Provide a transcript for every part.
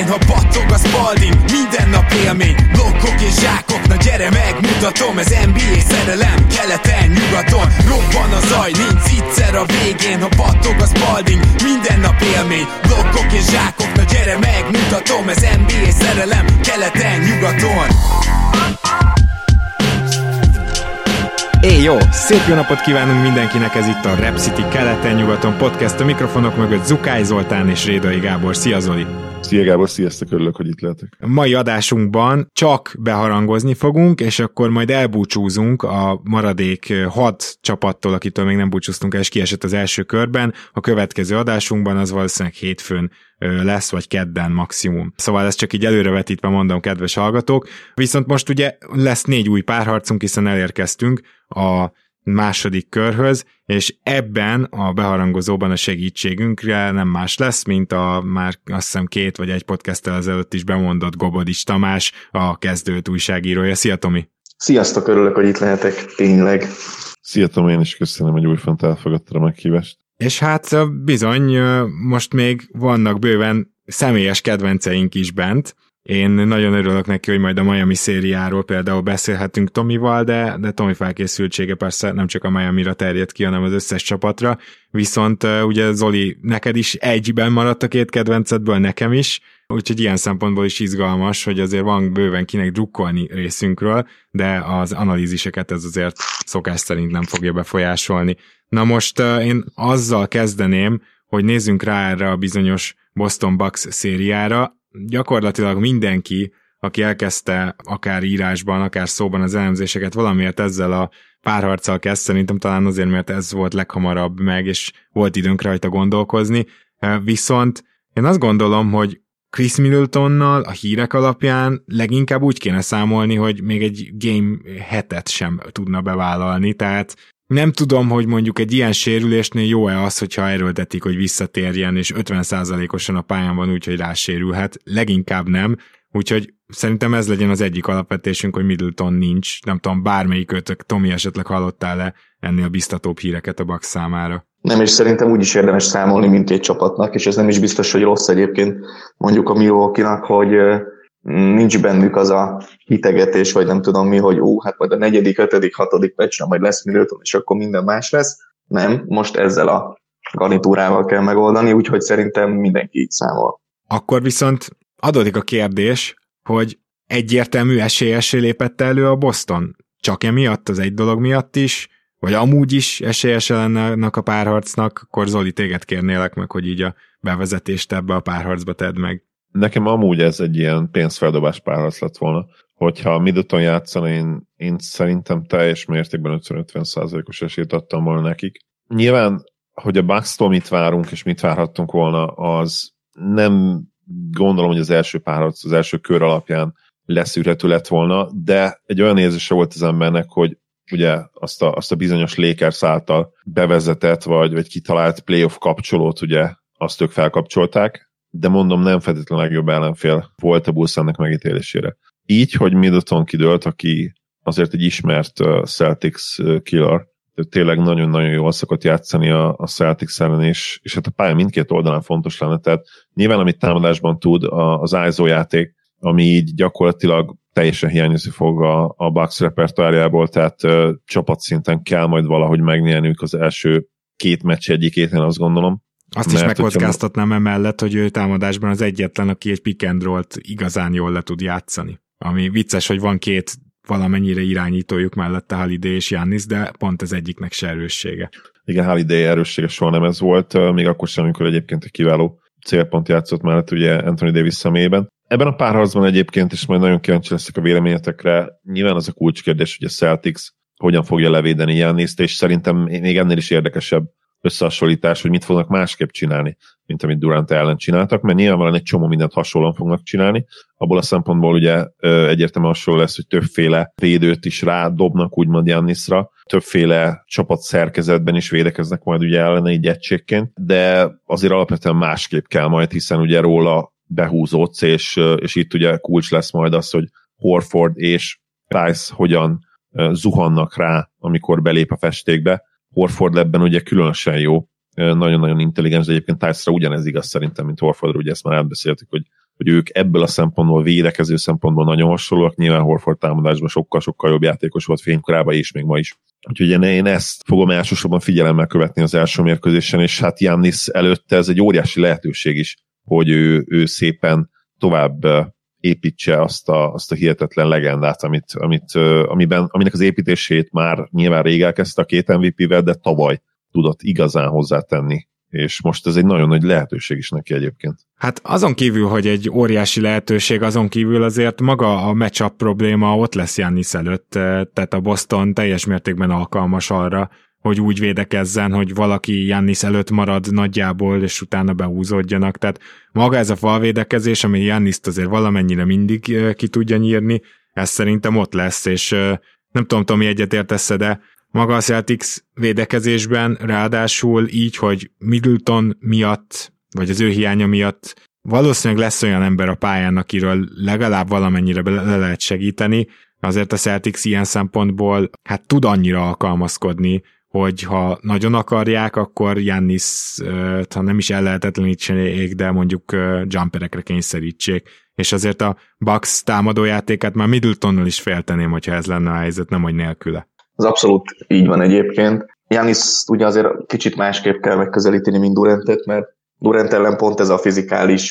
végén, ha battog a Spalding, minden nap élmény, blokkok és zsákok, na gyere megmutatom, ez NBA szerelem, keleten, nyugaton, robban a zaj, nincs egyszer a végén, ha battog a Spalding, minden nap élmény, blokkok és zsákok, na gyere megmutatom, ez NBA szerelem, keleten, nyugaton. Jó! Szép jó napot kívánunk mindenkinek, ez itt a Rap City keleten-nyugaton podcast, a mikrofonok mögött Zukály Zoltán és Rédai Gábor. Szia Zoli! Szia Gábor, sziasztok, örülök, hogy itt lehetek. A mai adásunkban csak beharangozni fogunk, és akkor majd elbúcsúzunk a maradék 6 csapattól, akitől még nem búcsúztunk el, és kiesett az első körben. A következő adásunkban az valószínűleg hétfőn lesz, vagy kedden maximum. Szóval ezt csak így előrevetítve mondom, kedves hallgatók. Viszont most ugye lesz 4 új párharcunk, hiszen elérkeztünk a második körhöz, és ebben a beharangozóban a segítségünkre nem más lesz, mint a már azt hiszem 2 vagy 1 podcasttel ezelőtt is bemondott Gobodics Tamás, a Kezdőt újságírója. Szia Tomi! Sziasztok, örülök, hogy itt lehetek, tényleg. Szia Tomi, én is köszönöm, hogy újfent elfogadtad a meghívást. És hát bizony, most még vannak bőven személyes kedvenceink is bent. Én nagyon örülök neki, hogy majd a Miami szériáról például beszélhetünk Tomival, de Tomi felkészültsége persze nem csak a Miamira terjed ki, hanem az összes csapatra. Viszont ugye Zoli, neked is egyben maradt a 2 kedvencedből, nekem is, úgyhogy ilyen szempontból is izgalmas, hogy azért van bőven kinek drukkolni részünkről, de az analíziseket ez azért szokás szerint nem fogja befolyásolni. Na most én azzal kezdeném, hogy nézzünk rá erre a bizonyos Boston Bucks szériára. Gyakorlatilag mindenki, aki elkezdte akár írásban, akár szóban az elemzéseket, valamiért ezzel a párharccal kezd, szerintem talán azért, mert ez volt leghamarabb meg, és volt időnk rajta gondolkozni. Viszont én azt gondolom, hogy Chris Middletonnal a hírek alapján leginkább úgy kéne számolni, hogy még egy game 7-et sem tudna bevállalni, tehát nem tudom, hogy mondjuk egy ilyen sérülésnél jó-e az, hogyha erőltetik, hogy visszatérjen, és 50%-osan a pályán van úgy, hogy rásérülhet. Leginkább nem, úgyhogy szerintem ez legyen az egyik alapvetésünk, hogy Middleton nincs. Nem tudom, bármelyikőtök, Tomi, esetleg hallottál-e ennél biztatóbb híreket a Bucks számára? Nem, és szerintem úgy is érdemes számolni mindkét csapatnak, és ez nem is biztos, hogy rossz egyébként mondjuk a Milwaukee-nak, hogy nincs bennük az a hitegetés, vagy nem tudom mi, hogy hát majd a 4., 5., 6. meccsre majd lesz Middleton, és akkor minden más lesz. Nem, most ezzel a garnitúrával kell megoldani, úgyhogy szerintem mindenki így számol. Akkor viszont adódik a kérdés, hogy egyértelmű esélyessé lépett elő a Boston. Csak emiatt, az egy dolog miatt is, vagy amúgy is esélyese lenne ennek a párharcnak, akkor Zoli, téged kérnélek meg, hogy így a bevezetést ebbe a párharcba tedd meg. Nekem amúgy ez egy ilyen pénzfeldobás párharc lett volna. Hogyha Middleton játszana, én szerintem teljes mértékben 50-50%-os esélyt adtam volna nekik. Nyilván, hogy a Bucks-tól mit várunk, és mit várhattunk volna, az nem gondolom, hogy az első párharc, az első kör alapján leszűrhető lett volna, de egy olyan érzése volt az embernek, hogy ugye azt a bizonyos Lakers által bevezetett, vagy kitalált playoff kapcsolót, ugye azt ők felkapcsolták, de mondom, nem feltétlenül legjobb ellenfél volt a Bulls ennek megítélésére. Így, hogy Middleton kidőlt, aki azért egy ismert Celtics killer, tényleg nagyon-nagyon jól szokott játszani a Celtics ellen, és hát a pálya mindkét oldalán fontos lenne, tehát nyilván amit támadásban tud, az ISO játék, ami így gyakorlatilag teljesen hiányozni fog a Bucks repertoárjából, tehát csapatszinten kell majd valahogy megnyerniük az első 2 meccs egyikét, én azt gondolom. Azt is megkockáztatnám emellett, hogy ő támadásban az egyetlen, aki egy pick and roll-t igazán jól le tud játszani. Ami vicces, hogy van 2 valamennyire irányítójuk mellette, Holiday és Giannis, de pont az egyiknek se erőssége. Igen, Holiday erőssége soha nem ez volt, még akkor sem, amikor egyébként egy kiváló célpont játszott mellett ugye Anthony Davis személyében. Ebben a párharcban egyébként, és majd nagyon kíváncsi leszek a véleményetekre, nyilván az a kulcskérdés, hogy a Celtics hogyan fogja levédeni Giannist, és szerintem még ennél is érdekesebb összehasonlítás, hogy mit fognak másképp csinálni, mint amit Durant ellen csináltak, mert nyilvánvalóan egy csomó mindent hasonlóan fognak csinálni. Abból a szempontból ugye egyértelműen hasonló lesz, hogy többféle védőt is rádobnak úgymond Giannisra, többféle csapat szerkezetben is védekeznek majd ugye ellene így egységként, de azért alapvetően másképp kell majd, hiszen ugye róla behúzódsz, és itt ugye kulcs lesz majd az, hogy Horford és Tice hogyan zuhannak rá, amikor belép a festékbe. Horford ebben ugye különösen jó, nagyon-nagyon intelligens, de egyébként Tice-ra ugyanez igaz szerintem, mint Horfordra, ugye ezt már átbeszéltük, hogy hogy ők ebből a szempontból, védekező szempontból nagyon hasonlóak, nyilván Horford támadásban sokkal-sokkal jobb játékos volt fénykorában és még ma is. Úgyhogy én ezt fogom elsősorban figyelemmel követni az első mérkőzésen, és hát Giannis előtte ez egy óriási lehetőség is, hogy ő szépen tovább építse azt a hihetetlen legendát, aminek az építését már nyilván rég elkezdte a 2 MVP-vel, de tavaly tudott igazán hozzátenni. És most ez egy nagyon nagy lehetőség is neki egyébként. Hát azon kívül, hogy egy óriási lehetőség, azon kívül azért maga a matchup probléma ott lesz Giannis előtt, tehát a Boston teljes mértékben alkalmas arra, hogy úgy védekezzen, hogy valaki Giannis előtt marad nagyjából, és utána behúzódjanak. Tehát maga ez a falvédekezés, ami Giannist azért valamennyire mindig ki tudja nyírni, ez szerintem ott lesz, és nem tudom, Tomi, egyetértesz, de maga a Celtics védekezésben ráadásul így, hogy Middleton miatt, vagy az ő hiánya miatt valószínűleg lesz olyan ember a pályán, akiről legalább valamennyire le lehet segíteni, azért a Celtics ilyen szempontból hát tud annyira alkalmazkodni, hogy ha nagyon akarják, akkor Giannis, ha nem is ellehetetlenítsék, de mondjuk jumperekre kényszerítsék. És azért a Bucks támadójátékát már Middletonnal is félteném, hogyha ez lenne a helyzet, nem hogy nélküle. Az abszolút így van egyébként. Giannis ugye azért kicsit másképp kell megközelíteni, mint Durantet, mert Durant ellen pont ez a fizikális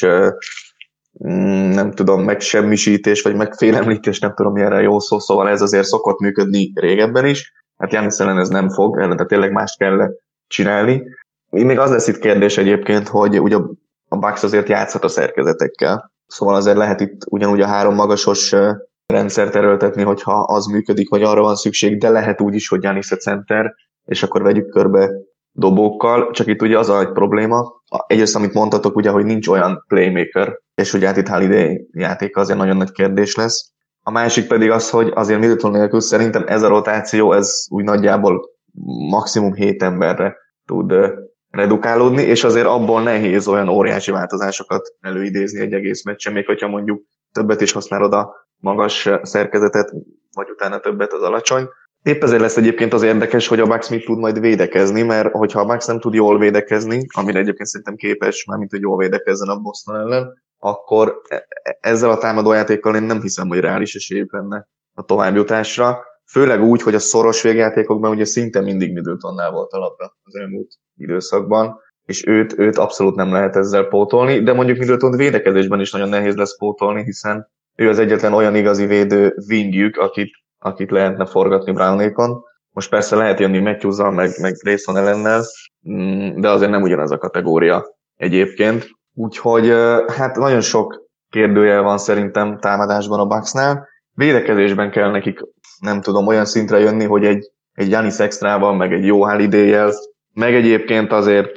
nem tudom, megsemmisítés, vagy megfélemlítés, nem tudom, milyenre jó szó, szóval ez azért szokott működni régebben is. Hát Giannis ellen ez nem fog, de tényleg mást kell csinálni. Még az lesz itt kérdés egyébként, hogy ugye a Bucks azért játszhat a szerkezetekkel, szóval azért lehet itt ugyanúgy a 3 magasos rendszert erőltetni, hogyha az működik, vagy arra van szükség, de lehet úgy is, hogy Giannis a center, és akkor vegyük körbe dobókkal, csak itt ugye az a egy probléma. Egyrészt, amit mondtatok, ugye, hogy nincs olyan playmaker, és ugye hát itt Holiday játéka azért nagyon nagy kérdés lesz. A másik pedig az, hogy azért Middleton nélkül szerintem ez a rotáció, ez úgy nagyjából maximum 7 emberre tud redukálódni, és azért abból nehéz olyan óriási változásokat előidézni egy egész meccsen, még hogyha mondjuk többet is használod a magas szerkezetet, vagy utána többet az alacsony. Épp ezért lesz egyébként az érdekes, hogy a Bucks mit tud majd védekezni, mert hogyha a Bucks nem tud jól védekezni, amire egyébként szerintem képes, mármint hogy jól védekezzen a Boston ellen, akkor ezzel a támadójátékkal én nem hiszem, hogy reális esélyük lenne a továbbjutásra. Főleg úgy, hogy a szoros végjátékokban ugye szinte mindig Middletonnál volt a labda az elmúlt időszakban, és őt abszolút nem lehet ezzel pótolni, de mondjuk Middleton védekezésben is nagyon nehéz lesz pótolni, hiszen ő az egyetlen olyan igazi védő wingjük, akit lehetne forgatni Brownékon. Most persze lehet jönni Matthews-zal, meg Grayson ellennel, de azért nem ugyanaz a kategória egyébként. Úgyhogy hát nagyon sok kérdőjel van szerintem támadásban a Bucksnál. Védekezésben kell nekik, nem tudom, olyan szintre jönni, hogy egy Giannis extrával, meg egy jó Holiday-jel, meg egyébként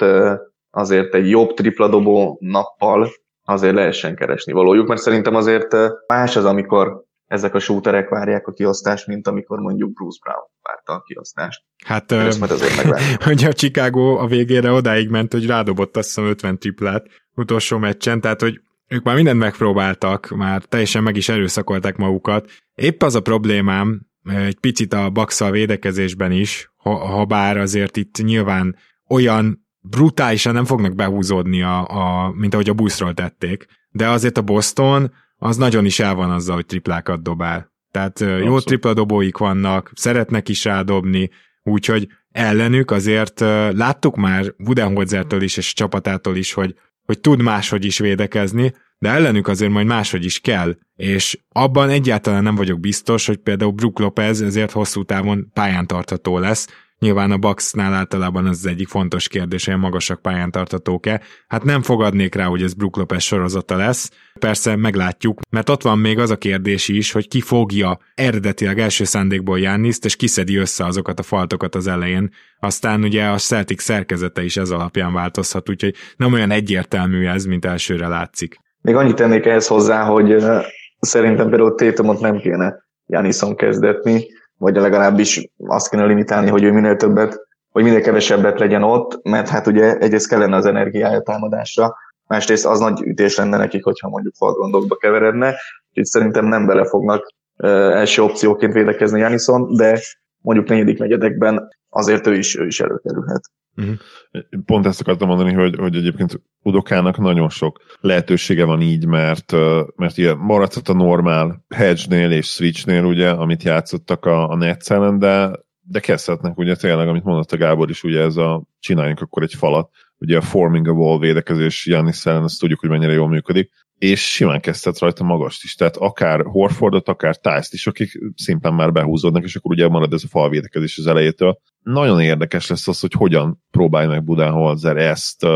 azért egy jobb tripladobó nappal azért lehessen keresni valójuk, mert szerintem azért más az, amikor ezek a shooterek várják a kiosztást, mint amikor mondjuk Bruce Brown várta a kiosztást. Hát, hogy a Chicago a végére odáig ment, hogy rádobott azt hiszem 50 triplát utolsó meccsen, tehát hogy ők már mindent megpróbáltak, már teljesen meg is erőszakolták magukat. Épp az a problémám egy picit a Bucks-szal védekezésben is, ha bár azért itt nyilván olyan brutálisan nem fognak behúzódni, mint ahogy a Bullsról tették, de azért a Boston az nagyon is el van azzal, hogy triplákat dobál. Tehát jó tripladobóik vannak, szeretnek is rádobni, úgyhogy ellenük azért láttuk már Budenholzertől is és a csapatától is, hogy tud máshogy is védekezni, de ellenük azért majd máshogy is kell, és abban egyáltalán nem vagyok biztos, hogy például Brook Lopez ezért hosszú távon pályán tartható lesz. Nyilván a Bucksnál általában az egyik fontos kérdés, hogy a magasak pályán tartatók-e. Hát nem fogadnék rá, hogy ez Brook Lopez sorozata lesz. Persze meglátjuk, mert ott van még az a kérdés is, hogy ki fogja eredetileg első szándékból Giannist, és kiszedi össze azokat a faltokat az elején. Aztán ugye a Celtic szerkezete is ez alapján változhat, úgyhogy nem olyan egyértelmű ez, mint elsőre látszik. Még annyit tennék ehhez hozzá, hogy szerintem például Tatumot nem kéne Giannison kezdetni, vagy legalábbis azt kéne limitálni, hogy ő minél többet, vagy minél kevesebbet legyen ott, mert hát ugye egyrészt kellene az energiája támadásra, másrészt az nagy ütés lenne nekik, hogyha mondjuk falgrondokba keveredne, úgyhogy szerintem nem bele fognak első opcióként védekezni Giannison, de mondjuk negyedik negyedekben azért ő is előkerülhet. Pont ezt akartam mondani, hogy egyébként Udokának nagyon sok lehetősége van így, mert ugye maradhat a normál hedge-nél és switch-nél, ugye, amit játszottak a Nets ellen, de kezdhetnek ugye tényleg, amit mondott a Gábor is, ugye ez csináljunk akkor egy falat, ugye a forming a wall védekezés Giannis ellen, azt tudjuk, hogy mennyire jól működik, és simán kezdhet rajta magast is, tehát akár Horfordot, akár Tice-t is, akik szimplán már behúzódnak, és akkor ugye marad ez a falvédekezés az elejétől. Nagyon érdekes lesz az, hogy hogyan próbálj meg Budenholzer ezt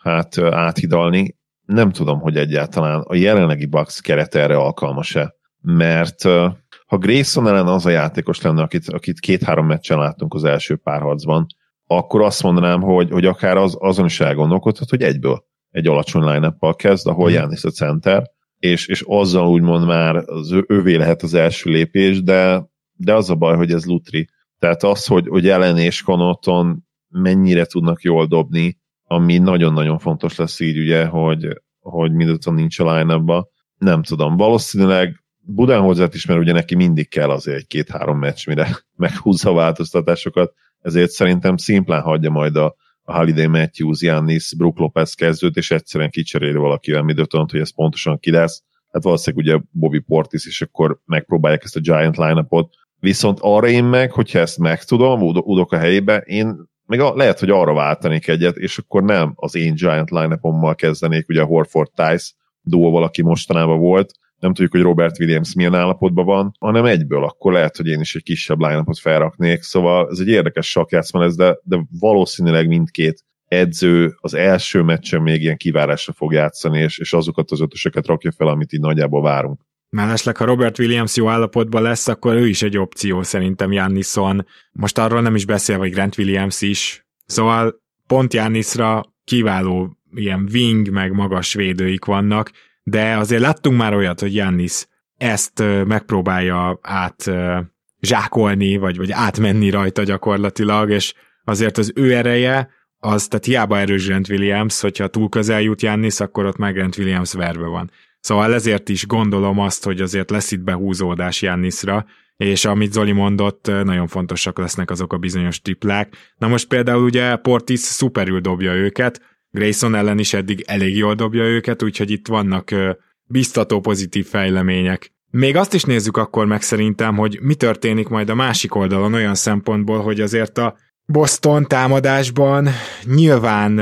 áthidalni. Nem tudom, hogy egyáltalán a jelenlegi Bucks keret erre alkalmas-e, mert ha Grayson ellen az a játékos lenne, akit 2-3 meccsen láttunk az első párharcban, akkor azt mondanám, hogy akár azon is elgondolkodhat, hogy egyből egy alacsony line-up-pal kezd, ahol Giannis a center, és azzal úgymond már az övé lehet az első lépés, de az a baj, hogy ez lutri. Tehát az, hogy Allen és Connaughton mennyire tudnak jól dobni, ami nagyon-nagyon fontos lesz így, ugye, hogy Middleton nincs a line-up-ba. Nem tudom, valószínűleg Budenholzert is, mert ugye neki mindig kell azért egy 2-3 meccs, mire meghúzza a változtatásokat, ezért szerintem szimplán hagyja majd a Holiday, Matthews, Giannis, Brook Lopez kezdőt, és egyszerűen kicseréli valakivel Middletont, hogy ez pontosan ki lesz. Hát valószínűleg ugye Bobby Portis, és akkor megpróbálják ezt a Giant line-upot. Viszont arra én meg, hogyha ezt megtudom, Udoka helyébe, én meg lehet, hogy arra váltanék egyet, és akkor nem az én Giant line-upommal kezdenék, ugye a Horford-Tice duóval, aki mostanában volt, nem tudjuk, hogy Robert Williams milyen állapotban van, hanem egyből akkor lehet, hogy én is egy kisebb line-upot felraknék, szóval ez egy érdekes sakkjátszma lesz, de valószínűleg mindkét edző az első meccsen még ilyen kivárásra fog játszani, és azokat az ötösöket rakja fel, amit így nagyjából várunk. Mellesleg, ha Robert Williams jó állapotban lesz, akkor ő is egy opció szerintem Giannison. Most arról nem is beszél, vagy Grant Williams is. Szóval pont Giannisra kiváló ilyen wing, meg magas védőik vannak, de azért láttunk már olyat, hogy Giannis ezt megpróbálja zsákolni, vagy átmenni rajta gyakorlatilag, és azért az ő ereje, tehát hiába erős Grant Williams, hogyha túl közel jut Giannis, akkor ott már Grant Williams verve van. Szóval ezért is gondolom azt, hogy azért lesz itt behúzódás Giannisra, és amit Zoli mondott, nagyon fontosak lesznek azok a bizonyos triplák. Na most például ugye Portis szuperül dobja őket, Grayson ellen is eddig elég jól dobja őket, úgyhogy itt vannak biztató pozitív fejlemények. Még azt is nézzük akkor meg szerintem, hogy mi történik majd a másik oldalon olyan szempontból, hogy azért a Boston támadásban nyilván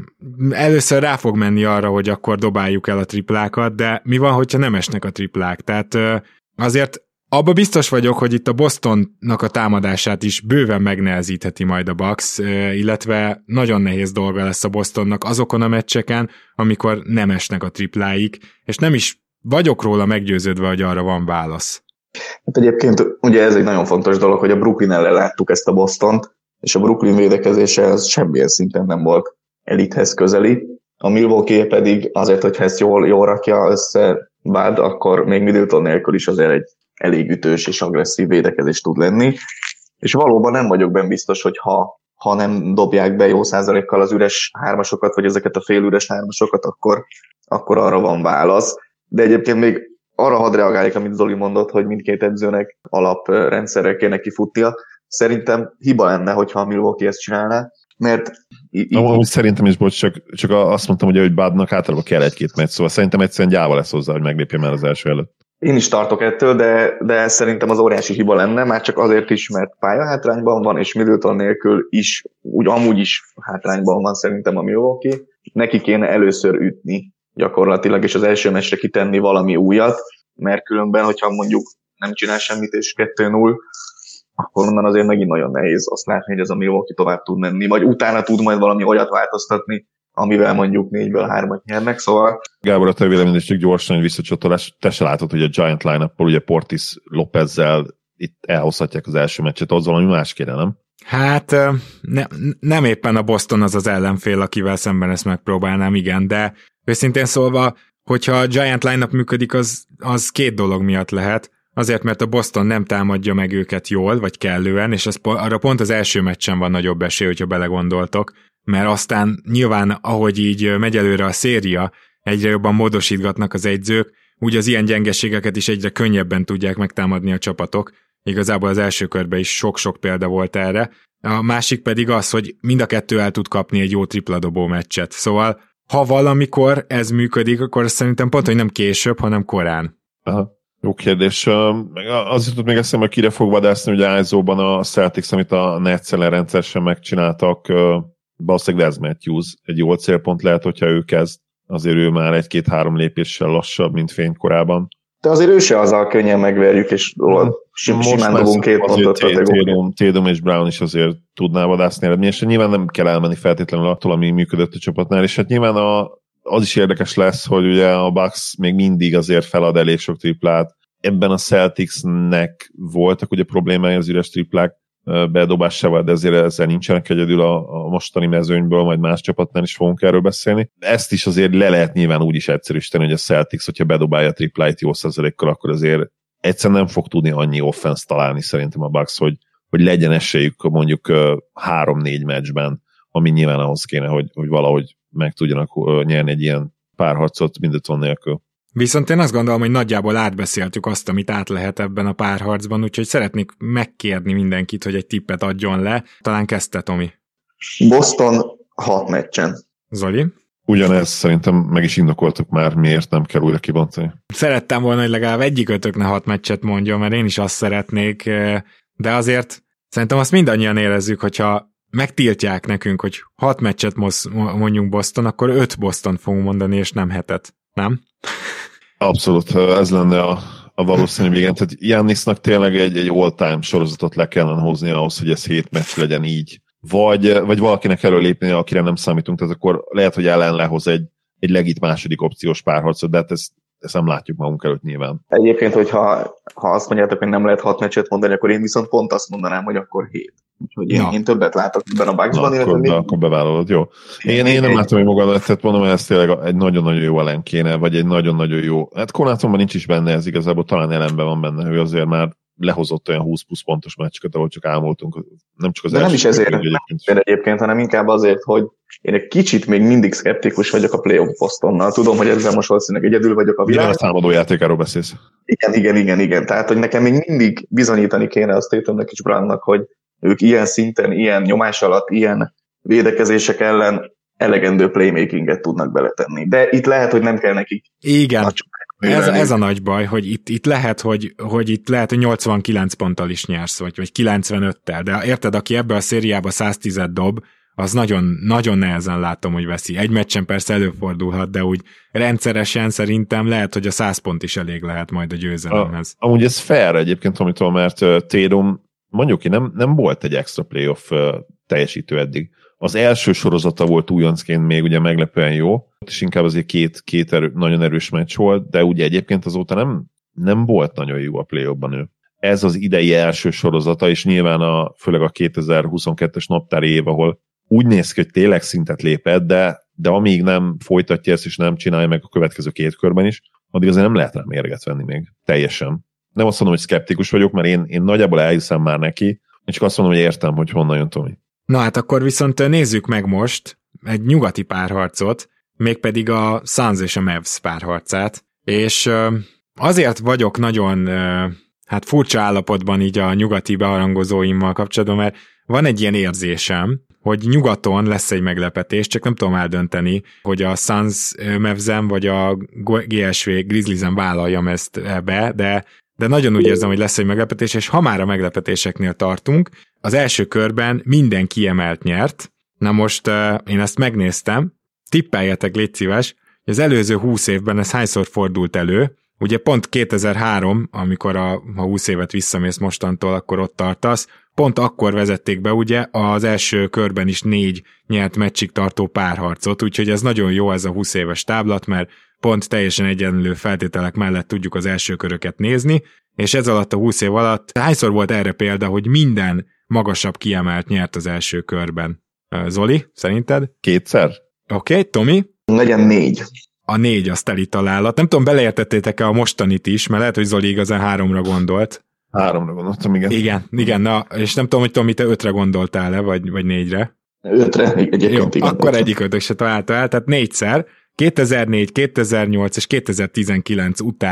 először rá fog menni arra, hogy akkor dobáljuk el a triplákat, de mi van, hogyha nem esnek a triplák? Tehát azért abba biztos vagyok, hogy itt a Bostonnak a támadását is bőven megnehezítheti majd a Bucks, illetve nagyon nehéz dolga lesz a Bostonnak azokon a meccseken, amikor nem esnek a tripláik, és nem is vagyok róla meggyőződve, hogy arra van válasz. Hát egyébként ugye ez egy nagyon fontos dolog, hogy a Brooklyn ellen láttuk ezt a Bostont, és a Brooklyn védekezése az semmilyen szinten nem volt elithez közeli. A Milwaukee pedig azért, hogyha ezt jól rakja össze Bud, akkor még Middleton nélkül is azért egy elég ütős és agresszív védekezés tud lenni. És valóban nem vagyok benne biztos, hogy ha nem dobják be jó százalékkal az üres hármasokat, vagy ezeket a félüres hármasokat, akkor arra van válasz. De egyébként még arra hadd reagáljak, amit Zoli mondott, hogy mindkét edzőnek alaprendszerrel kéne kifutnia. Szerintem hiba lenne, hogyha a Milwaukee ezt csinálná, mert... Szerintem is, bocs, csak azt mondtam, hogy Budnak általában kell egy-két meccs, szóval szerintem egyszerűen gyáva lesz hozzá, hogy meglépje már az első előtt. Én is tartok ettől, de szerintem az óriási hiba lenne, már csak azért is, mert pályahátrányban van, és Middleton nélkül is, amúgy is hátrányban van szerintem a Milwaukee. Neki kéne először ütni gyakorlatilag, és az első meccsre kitenni valami újat, mert különben, hogyha mondjuk nem csinál semmit, és 2-0, akkor onnan azért megint nagyon nehéz azt látni, hogy ez a Milwaukee tovább tud menni, vagy utána tud majd valami olyat változtatni, amivel mondjuk 4-ből 3-at nyernek, szóval... Gábor, a te véleményed csak gyorsan, hogy visszacsatolás, te se látod, hogy a Giant line-up-pol, ugye Portis Lopezzel itt elhozhatják az első meccset, az valami más kéne, nem? Hát nem éppen a Boston az ellenfél, akivel szemben ezt megpróbálnám, igen, de őszintén szólva, hogyha a Giant line-up működik, az két dolog miatt lehet. Azért, mert a Boston nem támadja meg őket jól, vagy kellően, és arra pont az első meccsen van nagyobb esély, hogyha belegondoltok, mert aztán nyilván, ahogy így megy előre a széria, egyre jobban módosítgatnak az edzők, úgy az ilyen gyengeségeket is egyre könnyebben tudják megtámadni a csapatok, igazából az első körben is sok-sok példa volt erre. A másik pedig az, hogy mind a kettő el tud kapni egy jó tripladobó meccset. Szóval, ha valamikor ez működik, akkor szerintem pont, hogy nem később, hanem korán. Aha. Jó kérdés. Az jutott még eszembe, kire fog vadászni, ugye ISO-ban a Celtics, amit a Nets ellen rendszeresen megcsináltak, valószínűleg Les Matthews egy jó célpont lehet, hogyha ő kezd. Azért ő már 1-2-3 lépéssel lassabb, mint fénykorában. De azért ő se azzal könnyen megverjük, és simán dobunk 2 pontot. Tatum és Brown is azért tudná vadászni eredmény, és nyilván nem kell elmenni feltétlenül attól, ami működött a csapatnál, és hát nyilván az is érdekes lesz, hogy ugye a Bucks még mindig azért felad elég sok triplát. Ebben a Celticsnek voltak ugye problémája az üres triplák bedobásával, de azért ezzel nincsenek egyedül a mostani mezőnyből, majd más csapatnál is fogunk erről beszélni. Ezt is azért le lehet nyilván úgy is egyszerűsíteni, hogy a Celtics, hogyha bedobálja a tripláit jó százalékkal, akkor azért egyszerűen nem fog tudni annyi offense találni szerintem a Bucks, hogy legyen esélyük mondjuk 3-4 meccsben, ami nyilván ahhoz kéne, hogy valahogy meg tudjanak nyerni egy ilyen párharcot Middleton nélkül. Viszont én azt gondolom, hogy nagyjából átbeszéltük azt, amit át lehet ebben a párharcban, úgyhogy szeretnék megkérni mindenkit, hogy egy tippet adjon le. Talán kezdte, Tomi. Boston 6 meccsen. Zoli? Ugyanez szerintem meg is indokoltuk már, miért nem kell újra kibontani. Szerettem volna, hogy legalább egyikötök ne 6 meccset mondjon, mert én is azt szeretnék, de azért szerintem azt mindannyian érezzük, hogyha megtiltják nekünk, hogy 6 meccset mondjunk Boston, akkor 5 Boston fogunk mondani, és nem 7-et. Nem? Abszolút, ez lenne a valószínű igen. Tehát Giannisnak tényleg egy all-time sorozatot le kellene hozni ahhoz, hogy ez 7 meccs legyen így. Vagy valakinek erről lépni, akire nem számítunk, tehát akkor lehet, hogy ellen lehoz egy legit második opciós párharcot, de hát ezt nem látjuk magunk előtt nyilván. Egyébként, hogyha azt mondjátok, hogy nem lehet 6 meccset mondani, akkor én viszont pont azt mondanám, hogy akkor 7. Úgyhogy én többet látok ebben a Bucksban. Akkor bevállalod, jó. Én nem látom, hogy magad, tehát mondom, hogy ez tényleg egy nagyon-nagyon jó ellen kéne, vagy egy nagyon-nagyon jó. Hát Connaughtonban nincs is benne, ez igazából talán ellenben van benne, ő azért már lehozott olyan 20 plusz pontos meccseket, ahol csak ámultunk. Nem csak az nem is ezért egyébként, hanem inkább azért, hogy én egy kicsit még mindig szkeptikus vagyok a playoff Bostonnal. Tudom, hogy ezzel most valószínűleg egyedül vagyok a világ. Igen, a támadó játékáról beszélsz. Igen. Tehát, hogy nekem még mindig bizonyítani kéne azt Tatumnak és Brownnak, hogy ők ilyen szinten, ilyen nyomás alatt, ilyen védekezések ellen elegendő playmakinget tudnak beletenni. De itt lehet, hogy nem kell nekik. Igen. Ez a nagy baj, hogy itt lehet, hogy 89 ponttal is nyersz, vagy 95-tel, de érted, aki ebbe a szériába 110-et dob, az nagyon, nagyon nehezen látom, hogy veszi. Egy meccsen persze előfordulhat, de úgy rendszeresen szerintem lehet, hogy a 100 pont is elég lehet majd a győzelemhez. Amúgy ez fair egyébként, Tomitól, mert Tatum mondjuk ki, nem volt egy extra playoff teljesítő eddig. Az első sorozata volt újoncként még ugye meglepően jó, és inkább azért két nagyon erős meccs volt, de ugye egyébként azóta nem volt nagyon jó a play-offban ő. Ez az idei első sorozata, és nyilván főleg a 2022-es naptári év, ahol úgy néz ki, hogy tényleg szintet lépett, de amíg nem folytatja ezt, és nem csinálja meg a következő 2 körben is, addig azért nem lehet rá mérget venni még teljesen. Nem azt mondom, hogy szkeptikus vagyok, mert én nagyjából elhiszem már neki, én csak azt mondom, hogy értem, hogy honnan jön Tomi. Na hát akkor viszont nézzük meg most egy nyugati párharcot, mégpedig a Suns és a Mavs párharcát, és azért vagyok nagyon furcsa állapotban így a nyugati beharangozóimmal kapcsolatban, mert van egy ilyen érzésem, hogy nyugaton lesz egy meglepetés, csak nem tudom eldönteni, hogy a Suns Mavs-en vagy a GSV Grizzlies-en vállaljam ezt be, de nagyon úgy érzem, hogy lesz egy meglepetés, és ha már a meglepetéseknél tartunk, az első körben minden kiemelt nyert. Na most én ezt megnéztem, tippeljetek, légy szíves, hogy az előző 20 évben ez hányszor fordult elő. Ugye pont 2003, amikor ha 20 évet visszamész mostantól, akkor ott tartasz, pont akkor vezették be ugye az első körben is 4 nyert meccsig tartó párharcot, úgyhogy ez nagyon jó ez a 20 éves táblat, mert pont teljesen egyenlő feltételek mellett tudjuk az első köröket nézni, és ez alatt a 20 év alatt hányszor volt erre példa, hogy minden magasabb kiemelt nyert az első körben? Zoli, szerinted? 2-szer. Oké, Tomi? Legyen 4. A 4 az teli találat. Nem tudom, beleértettétek-e a mostanit is, mert lehet, hogy Zoli igazán 3-ra gondolt. 3-ra gondoltam, igen. Igen, na, és nem tudom, hogy Tomi, te 5-re gondoltál-e, vagy 4-re? 5-re, egyébként igen. Akkor egyik ötök se találta el, tehát 4-szer. 2004, 2008 és 2019 után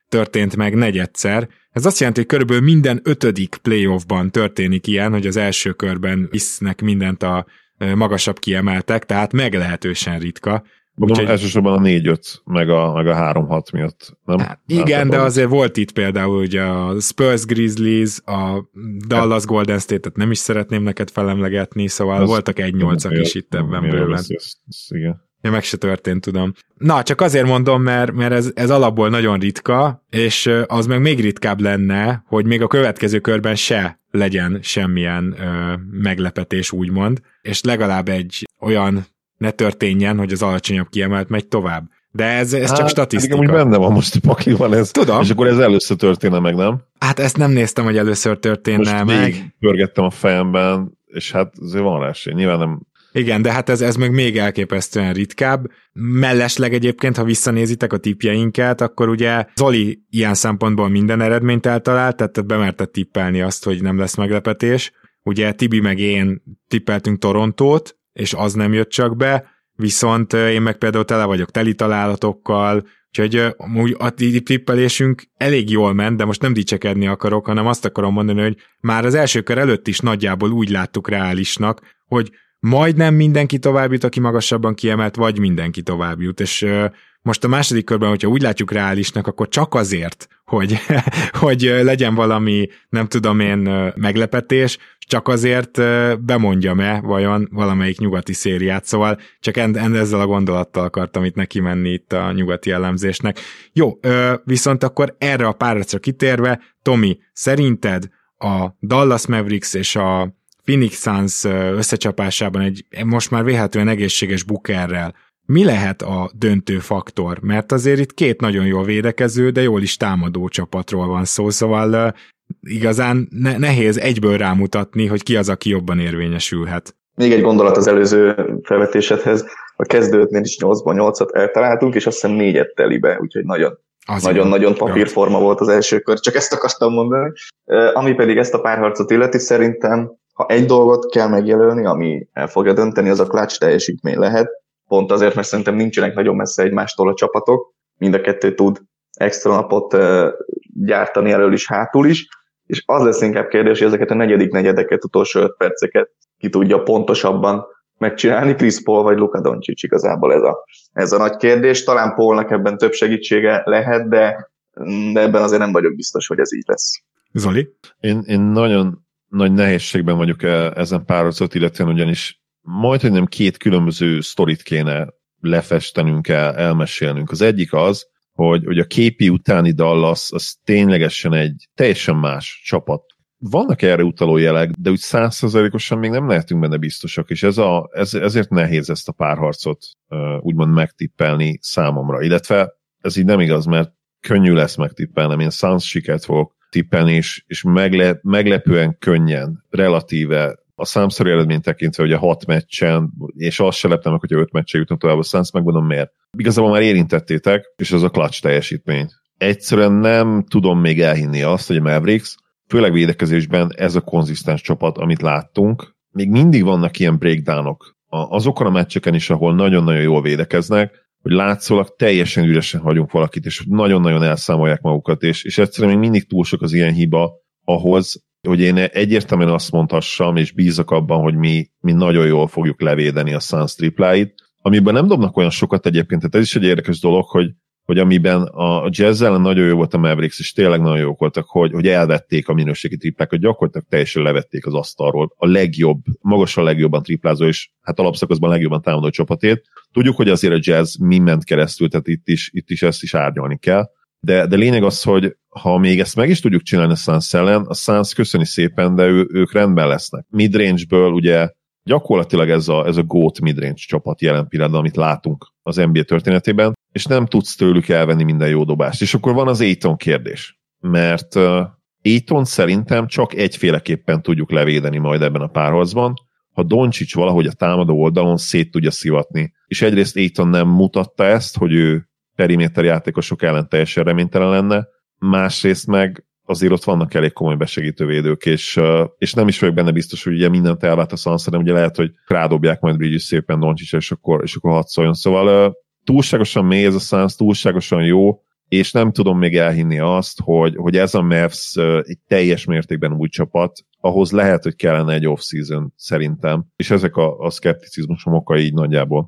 történt meg negyedszer. Ez azt jelenti, hogy körülbelül minden 5. playoffban történik ilyen, hogy az első körben visznek mindent a magasabb kiemeltek, tehát meglehetősen ritka. Úgyhogy elsősorban a 4-5, meg a 3-6 miatt, nem? Hát igen, de azért volt itt például ugye a Spurs Grizzlies, a Dallas Golden State-et nem is szeretném neked felemlegetni, szóval ez voltak 1-8-ak is itt ebben bőven. Igen. Ja, meg se történt, tudom. Na, csak azért mondom, mert ez alapból nagyon ritka, és az meg még ritkább lenne, hogy még a következő körben se legyen semmilyen meglepetés, úgymond, és legalább egy olyan ne történjen, hogy az alacsonyabb kiemelt megy tovább. De ez csak statisztika. Igen, úgy benne van most a pakliban ez. Tudom. És akkor ez először történne meg, nem? Hát ezt nem néztem, hogy először történne most meg. Pörgettem a fejemben, és hát azért van rá esély. Nyilván nem. Igen, de hát ez meg még elképesztően ritkább. Mellesleg egyébként, ha visszanézitek a tippjeinket, akkor ugye Zoli ilyen szempontból minden eredményt eltalált, tehát bemertett tippelni azt, hogy nem lesz meglepetés. Ugye Tibi meg én tippeltünk Torontót, és az nem jött csak be, viszont én meg például tele vagyok teli találatokkal, úgyhogy a tippelésünk elég jól ment, de most nem dicsekedni akarok, hanem azt akarom mondani, hogy már az első kör előtt is nagyjából úgy láttuk reálisnak, hogy majdnem mindenki tovább jut, aki magasabban kiemelt, vagy mindenki tovább jut, és most a második körben, hogyha úgy látjuk reálisnak, akkor csak azért, hogy legyen valami, nem tudom én, meglepetés, csak azért bemondjam-e vajon valamelyik nyugati szériát, szóval csak ezzel a gondolattal akartam itt neki menni itt a nyugati elemzésnek. Jó, viszont akkor erre a párharcra kitérve, Tomi, szerinted a Dallas Mavericks és a Phoenix Suns összecsapásában egy most már véletlenül egészséges Bookerrel mi lehet a döntő faktor? Mert azért itt két nagyon jól védekező, de jól is támadó csapatról van szó, szóval igazán nehéz egyből rámutatni, hogy ki az, aki jobban érvényesülhet. Még egy gondolat az előző felvetésedhez. A kezdőtnél is 8-8-at eltaláltunk, és azt hiszem 4-et telibe, úgyhogy nagyon papírforma volt az első kör. Csak ezt akartam mondani. Ami pedig ezt a párharcot illeti, szerintem, ha egy dolgot kell megjelölni, ami el fogja dönteni, az a clutch teljesítmény lehet. Pont azért, mert szerintem nincsenek nagyon messze egymástól a csapatok. Mind a kettő tud extra napot gyártani elől is, hátul is. És az lesz inkább kérdés, hogy ezeket a negyedik negyedeket, utolsó 5 perceket ki tudja pontosabban megcsinálni. Chris Paul vagy Luka Doncic, igazából ez a nagy kérdés. Talán Paulnak ebben több segítsége lehet, de ebben azért nem vagyok biztos, hogy ez így lesz. Zoli? Én nagyon nagy nehézségben vagyok ezen párharcot, illetve ugyanis majdhogy nem 2 különböző sztorit kéne lefestenünk, elmesélnünk. Az egyik az, hogy a KP utáni Dallas az ténylegesen egy teljesen más csapat. Vannak erre utaló jelek, de úgy 100%-osan még nem lehetünk benne biztosak, és ezért nehéz ezt a párharcot úgymond megtippelni számomra. Illetve ez így nem igaz, mert könnyű lesz megtippelnem. Én Suns sikert fogok tippelni, és meglepően könnyen, relatíve a számszerű eredményt tekintve, hogy a 6 meccsen, és azt se leptem meg, hogy a 5 meccsen jutnak tovább a Suns, megmondom miért. Igazából már érintettétek, és az a clutch teljesítmény. Egyszerűen nem tudom még elhinni azt, hogy a Mavericks, főleg védekezésben ez a konzisztens csapat, amit láttunk, még mindig vannak ilyen breakdownok. Azokon a meccseken is, ahol nagyon-nagyon jól védekeznek, hogy látszólag teljesen üresen hagyunk valakit, és nagyon-nagyon elszámolják magukat, és egyszerűen még mindig túl sok az ilyen hiba ahhoz, hogy én egyértelműen azt mondhassam, és bízok abban, hogy mi nagyon jól fogjuk levédeni a Suns tripláit, amiben nem dobnak olyan sokat egyébként, tehát ez is egy érdekes dolog, hogy amiben a Jazz ellen nagyon jó volt a Mavericks, és tényleg nagyon jók voltak, hogy elvették a minőségi triplákat, gyakorlatilag teljesen levették az asztalról a legjobb, magasan legjobban triplázó, és hát alapszakaszban legjobban támadó csapatét. Tudjuk, hogy azért a Jazz mi ment keresztül, tehát itt is ezt is árnyalni kell, de lényeg az, hogy ha még ezt meg is tudjuk csinálni a Suns ellen, a Suns köszöni szépen, de ők rendben lesznek. Midrange-ből ugye gyakorlatilag ez a GOAT midrange csapat jelen pillanatban, amit látunk az NBA történetében, és nem tudsz tőlük elvenni minden jó dobást. És akkor van az Ayton kérdés, mert Ayton szerintem csak egyféleképpen tudjuk levédeni majd ebben a párharcban, ha Doncic valahogy a támadó oldalon szét tudja szivatni. És egyrészt Ayton nem mutatta ezt, hogy ő periméter játékosok ellen teljesen reménytelen lenne, másrészt meg azért ott vannak elég komoly besegítő védők, és nem is vagyok benne biztos, hogy ugye mindent elvált a Suns, hanem ugye lehet, hogy rádobják majd Bridges szépen Doncicra, és akkor hadd szóljon. Szóval túlságosan mély ez a Suns, túlságosan jó, és nem tudom még elhinni azt, hogy ez a Mavs egy teljes mértékben új csapat, ahhoz lehet, hogy kellene egy off-season szerintem, és ezek a szkepticizmusom okai így nagyjából.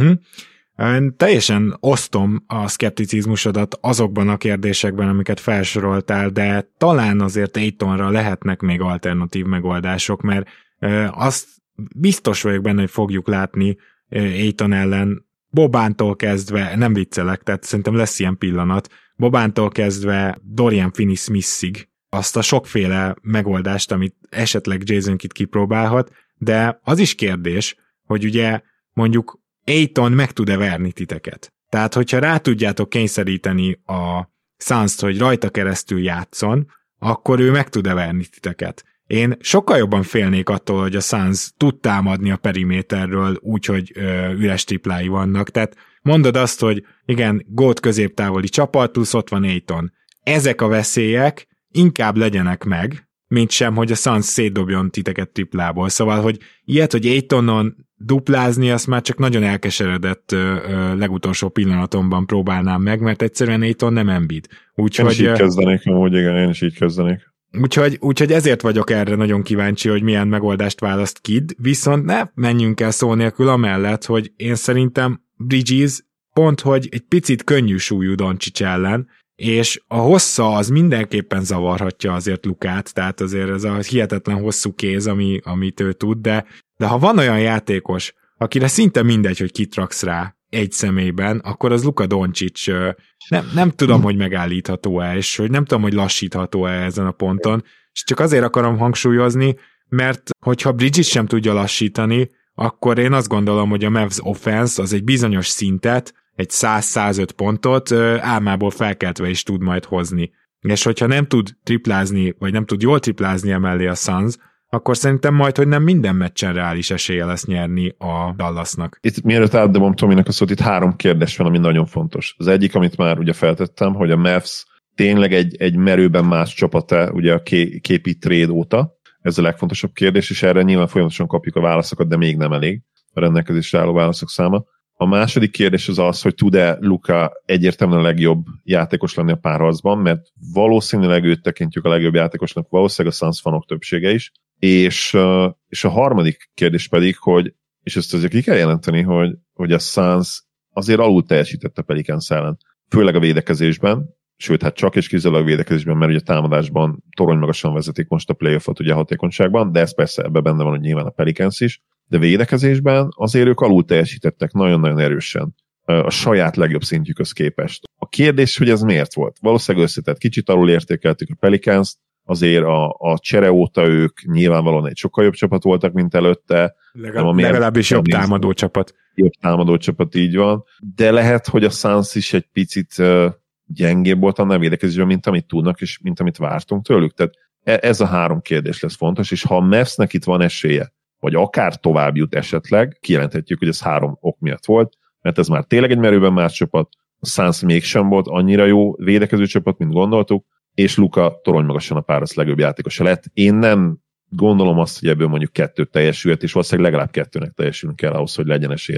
Én teljesen osztom a szkepticizmusodat azokban a kérdésekben, amiket felsoroltál, de talán azért Aytonra lehetnek még alternatív megoldások, mert azt biztos vagyok benne, hogy fogjuk látni Ayton ellen Bobántól kezdve, nem viccelek, tehát szerintem lesz ilyen pillanat, Bobántól kezdve Dorian Finney-Smithig azt a sokféle megoldást, amit esetleg Jason Kidd kipróbálhat, de az is kérdés, hogy ugye mondjuk Ayton meg tud-e verni titeket. Tehát, hogyha rá tudjátok kényszeríteni a Suns-t, hogy rajta keresztül játszon, akkor ő meg tud-e verni titeket. Én sokkal jobban félnék attól, hogy a Suns tud támadni a periméterről úgy, hogy üres triplái vannak. Tehát mondod azt, hogy igen, gót középtávoli csapat, plusz ott van Ayton. Ezek a veszélyek inkább legyenek meg, mint sem, hogy a Suns szétdobjon titeket triplából. Szóval, hogy ilyet, hogy Aytonon duplázni, azt már csak nagyon elkeseredett legutolsó pillanatomban próbálnám meg, mert egyszerűen Ayton nem Embiid. Én is így kezdenék, amúgy igen, én is így kezdenék. Úgyhogy ezért vagyok erre nagyon kíváncsi, hogy milyen megoldást választ Kidd, viszont ne menjünk el szó nélkül amellett, hogy én szerintem Bridges pont, hogy egy picit könnyű súlyú Doncic ellen, és a hossza az mindenképpen zavarhatja azért Lukát, tehát azért ez a hihetetlen hosszú kéz, amit ő tud, de ha van olyan játékos, akire szinte mindegy, hogy kit raksz rá egy személyben, akkor az Luka Doncic. Nem tudom, hogy megállítható-e, és hogy nem tudom, hogy lassítható-e ezen a ponton, és csak azért akarom hangsúlyozni, mert hogyha Bridges sem tudja lassítani, akkor én azt gondolom, hogy a Mavs offense az egy bizonyos szintet, egy 100-105 pontot álmából felkeltve is tud majd hozni. És hogyha nem tud triplázni, vagy nem tud jól triplázni emellé a Suns, akkor szerintem majd, hogy nem minden meccsen reális esélye lesz nyerni a Dallasnak. Itt mielőtt átdobom Tominak a szót, itt 3 kérdés van, ami nagyon fontos. Az egyik, amit már ugye feltettem, hogy a Mavs tényleg egy merőben más csapata, ugye a KP trade óta, ez a legfontosabb kérdés, és erre nyilván folyamatosan kapjuk a válaszokat, de még nem elég a rendelkezésre álló válaszok száma. A második kérdés az, hogy tud-e Luka egyértelműen a legjobb játékos lenni a párharcban, mert valószínűleg őt tekintjük a legjobb játékosnak, valószínűleg a Suns fanok többsége is, és a harmadik kérdés pedig, hogy, és ezt azért ki kell jelenteni, hogy a Suns azért alul teljesített a Pelicans ellen, főleg a védekezésben, sőt, hát csak és kizárólag védekezésben, mert ugye a támadásban torony magasan vezetik most a playoffot ugye a hatékonyságban, de ez persze ebben benne van, hogy nyilván a Pelicans is, de védekezésben azért ők alul teljesítettek nagyon-nagyon erősen a saját legjobb szintjükhöz képest. A kérdés, hogy ez miért volt? Valószínűleg összetett, kicsit alul értékeltük a Pelicans-t, azért a csere óta ők nyilvánvalóan egy sokkal jobb csapat voltak, mint előtte. Legalábbis jobb támadó csapat. Jobb támadó csapat, így van. De lehet, hogy a Suns is egy picit gyengébb volt annál védekezésben, mint amit tudnak, és mint amit vártunk tőlük. Tehát ez a 3 kérdés lesz fontos, és ha a Mavsnek itt van esélye, vagy akár tovább jut esetleg, kijelenthetjük, hogy ez 3 ok miatt volt, mert ez már tényleg egy merőben más csapat, a Suns mégsem volt annyira jó védekező csapat, mint gondoltuk, és Luka torony magasan a párharc legjobb játékosa lett. Én nem gondolom azt, hogy ebből mondjuk 2 teljesülhet, és valószínűleg legalább 2-nek teljesülni kell ahhoz, hogy legyen esélye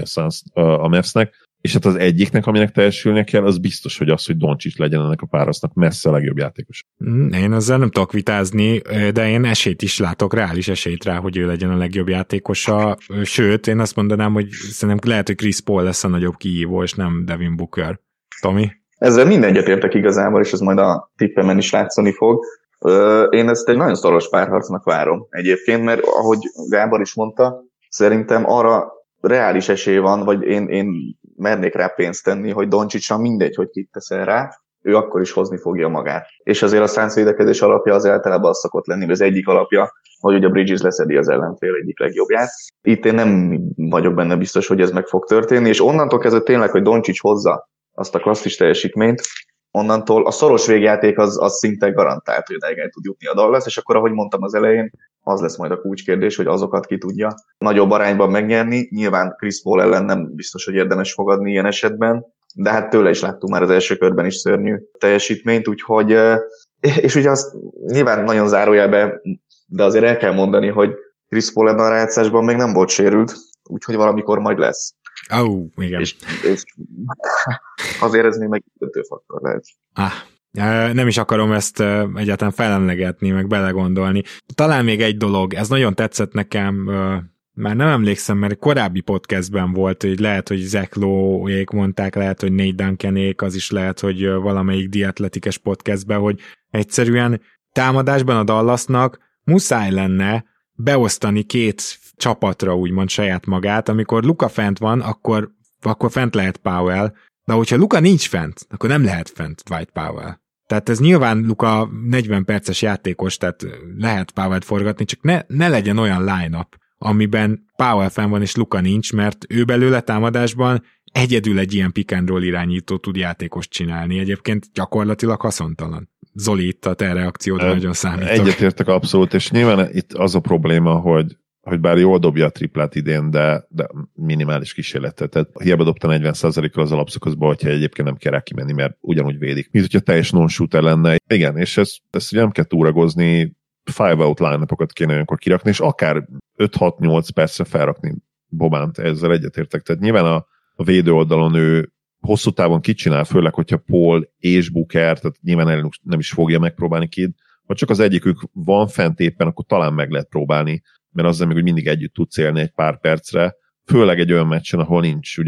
a Mavsnek. És hát az egyiknek, aminek teljesülnie kell, az biztos, hogy az, hogy Doncic legyen ennek a párharcnak messze a legjobb játékos. Én ezzel nem tudok vitázni, de én esélyt is látok, reális esélyt rá, hogy ő legyen a legjobb játékosa. Sőt, én azt mondanám, hogy szerintem lehet, hogy Chris Paul lesz a nagyobb kihívó, és nem Devin Booker. Tomi? Ezzel minden egyetértek igazából, és ez majd a tippemen is látszani fog. Én ezt egy nagyon szoros párharcnak várom egyébként, mert ahogy Gábor is mondta, szerintem arra reális esély van, vagy én mernék rá pénzt tenni, hogy Doncicra mindegy, hogy kit teszel rá, ő akkor is hozni fogja magát. És azért a Suns védekezés alapja az általában az szokott lenni, az egyik alapja, hogy ugye Bridges leszedi az ellenfél egyik legjobbját. Itt én nem vagyok benne biztos, hogy ez meg fog történni, és onnantól kezdve tényleg, hogy Doncic hozza azt a klasszis teljesítményt, onnantól a szoros végjáték az szinte garantált, hogy el tud jutni a Dallas, és akkor, ahogy mondtam az elején, az lesz majd a kulcskérdés, hogy azokat ki tudja nagyobb arányban megnyerni. Nyilván Chris Paul ellen nem biztos, hogy érdemes fogadni ilyen esetben, de hát tőle is láttunk már az első körben is szörnyű teljesítményt, úgyhogy, és ugye azt nyilván nagyon zárójelbe, de azért el kell mondani, hogy Chris Paul ebben a rájátszásban még nem volt sérült, úgyhogy valamikor majd lesz. Igen. És azért ez még megdöntő faktor lehet. Nem is akarom ezt egyáltalán felemlegetni, meg belegondolni. Talán még egy dolog, ez nagyon tetszett nekem, már nem emlékszem, mert korábbi podcastben volt, hogy lehet, hogy Zach Lowe-ék mondták, lehet, hogy Nate Duncanék, az is lehet, hogy valamelyik diatletikes podcastben, hogy egyszerűen támadásban a Dallasnak muszáj lenne beosztani két csapatra, úgymond saját magát, amikor Luka fent van, akkor fent lehet Powell, de hogyha Luka nincs fent, akkor nem lehet fent Dwight Powell. Tehát ez nyilván Luka 40 perces játékos, tehát lehet Powell-t forgatni, csak ne legyen olyan line-up, amiben Powell fenn van és Luka nincs, mert ő belőle támadásban egyedül egy ilyen pick and roll irányító tud játékost csinálni. Egyébként gyakorlatilag haszontalan. Zoli, itt a te reakciódra nagyon számítok. Egyetértek abszolút, és nyilván itt az a probléma, hogy bár jól dobja a triplát idén, de minimális kísérletet. Tehát hiába dobta 40%-kal az alapszakaszba, hogyha egyébként nem kell rá kimenni, mert ugyanúgy védik. Mint hogyha teljes non-shooter lenne. Igen, és ezt ugye nem kell túragozni, 5-out line-upokat kéne olyankor kirakni, és akár 5-6-8 percre felrakni Bobánt, ezzel egyetértek. Tehát nyilván a védő oldalon ő hosszú távon kicsinál, főleg, hogyha Paul és Booker, tehát nyilván nem is fogja megpróbálni Kidd, vagy csak az egyikük van fent éppen, akkor talán meg lehet próbálni, mert azzal még, hogy mindig együtt tudsz élni egy pár percre, főleg egy olyan meccsen, ahol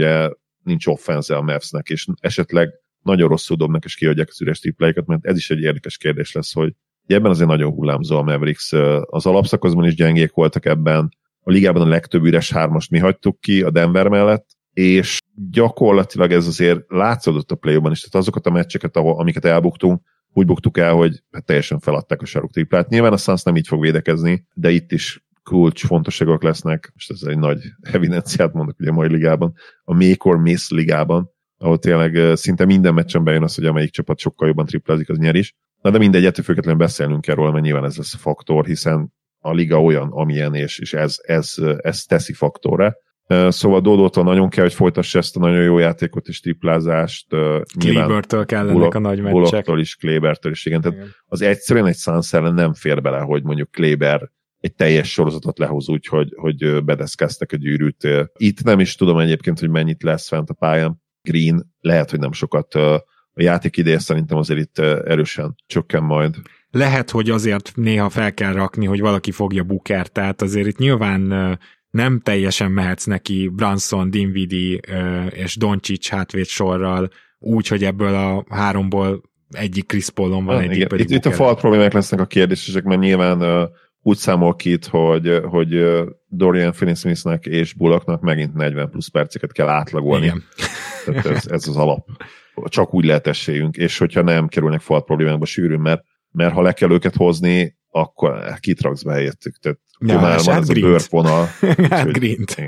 nincs offense a Mavsnek, és esetleg nagyon rosszul dobnak, és kiadják az üres tripláikat, mert ez is egy érdekes kérdés lesz, hogy ebben azért nagyon hullámzó a Mavericks. Az alapszakaszban is gyengék voltak ebben, a ligában a legtöbb üres hármast mi hagytuk ki a Denver mellett, és gyakorlatilag ez azért látszódott a play-ban is, tehát azokat a meccseket, amiket elbuktunk, úgy buktuk el, hogy teljesen feladták a sarok triplát. Nyilván a Suns nem így fog védekezni, de itt is kulcs fontosságok lesznek, és ez egy nagy evidenciát mondok ugye a mai ligában, a make or miss ligában, ahol tényleg szinte minden meccsen bejön az, hogy amelyik csapat sokkal jobban triplázik, az nyer is. Na de mindegy, ettől függetlenül beszélnünk kell róla, mert nyilván ez lesz a faktor, hiszen a liga olyan, amilyen, és ez teszi faktorra. Szóval Dodótól nagyon kell, hogy folytassa ezt a nagyon jó játékot és triplázást. Klebertől kellenek a nagy meccsek. Bullock-tól is, Klebertől is, igen. Tehát az egyszerűen egy Suns ellen nem fér bele, hogy mondjuk Kleber egy teljes sorozatot lehoz úgy, hogy bedeszkeztek a gyűrűt. Itt nem is tudom egyébként, hogy mennyit lesz fent a pályán. Green lehet, hogy nem sokat. A játék ideje szerintem azért itt erősen csökken majd. Lehet, hogy azért néha fel kell rakni, hogy valaki fogja Bookert, tehát azért itt nyilván nem teljesen mehetsz neki Brunson, Dinwiddie és Doncic hátvéd sorral, úgy, hogy ebből a háromból egyik Chris Paulon van, egyik pedig itt a fal problémák lesznek a kérdések, mert nyilván úgy számol ki itt, hogy Dorian Finney-Smithnek és Bullocknak megint 40 plusz perceket kell átlagolni. Igen. Tehát ez az alap. Csak úgy lehet esélyünk, és hogyha nem kerülnek fal problémákba sűrűn, mert ha le kell őket hozni, akkor kitraksz be helyettük. Tehát már van ez a bőrfonal. Hát Green-t.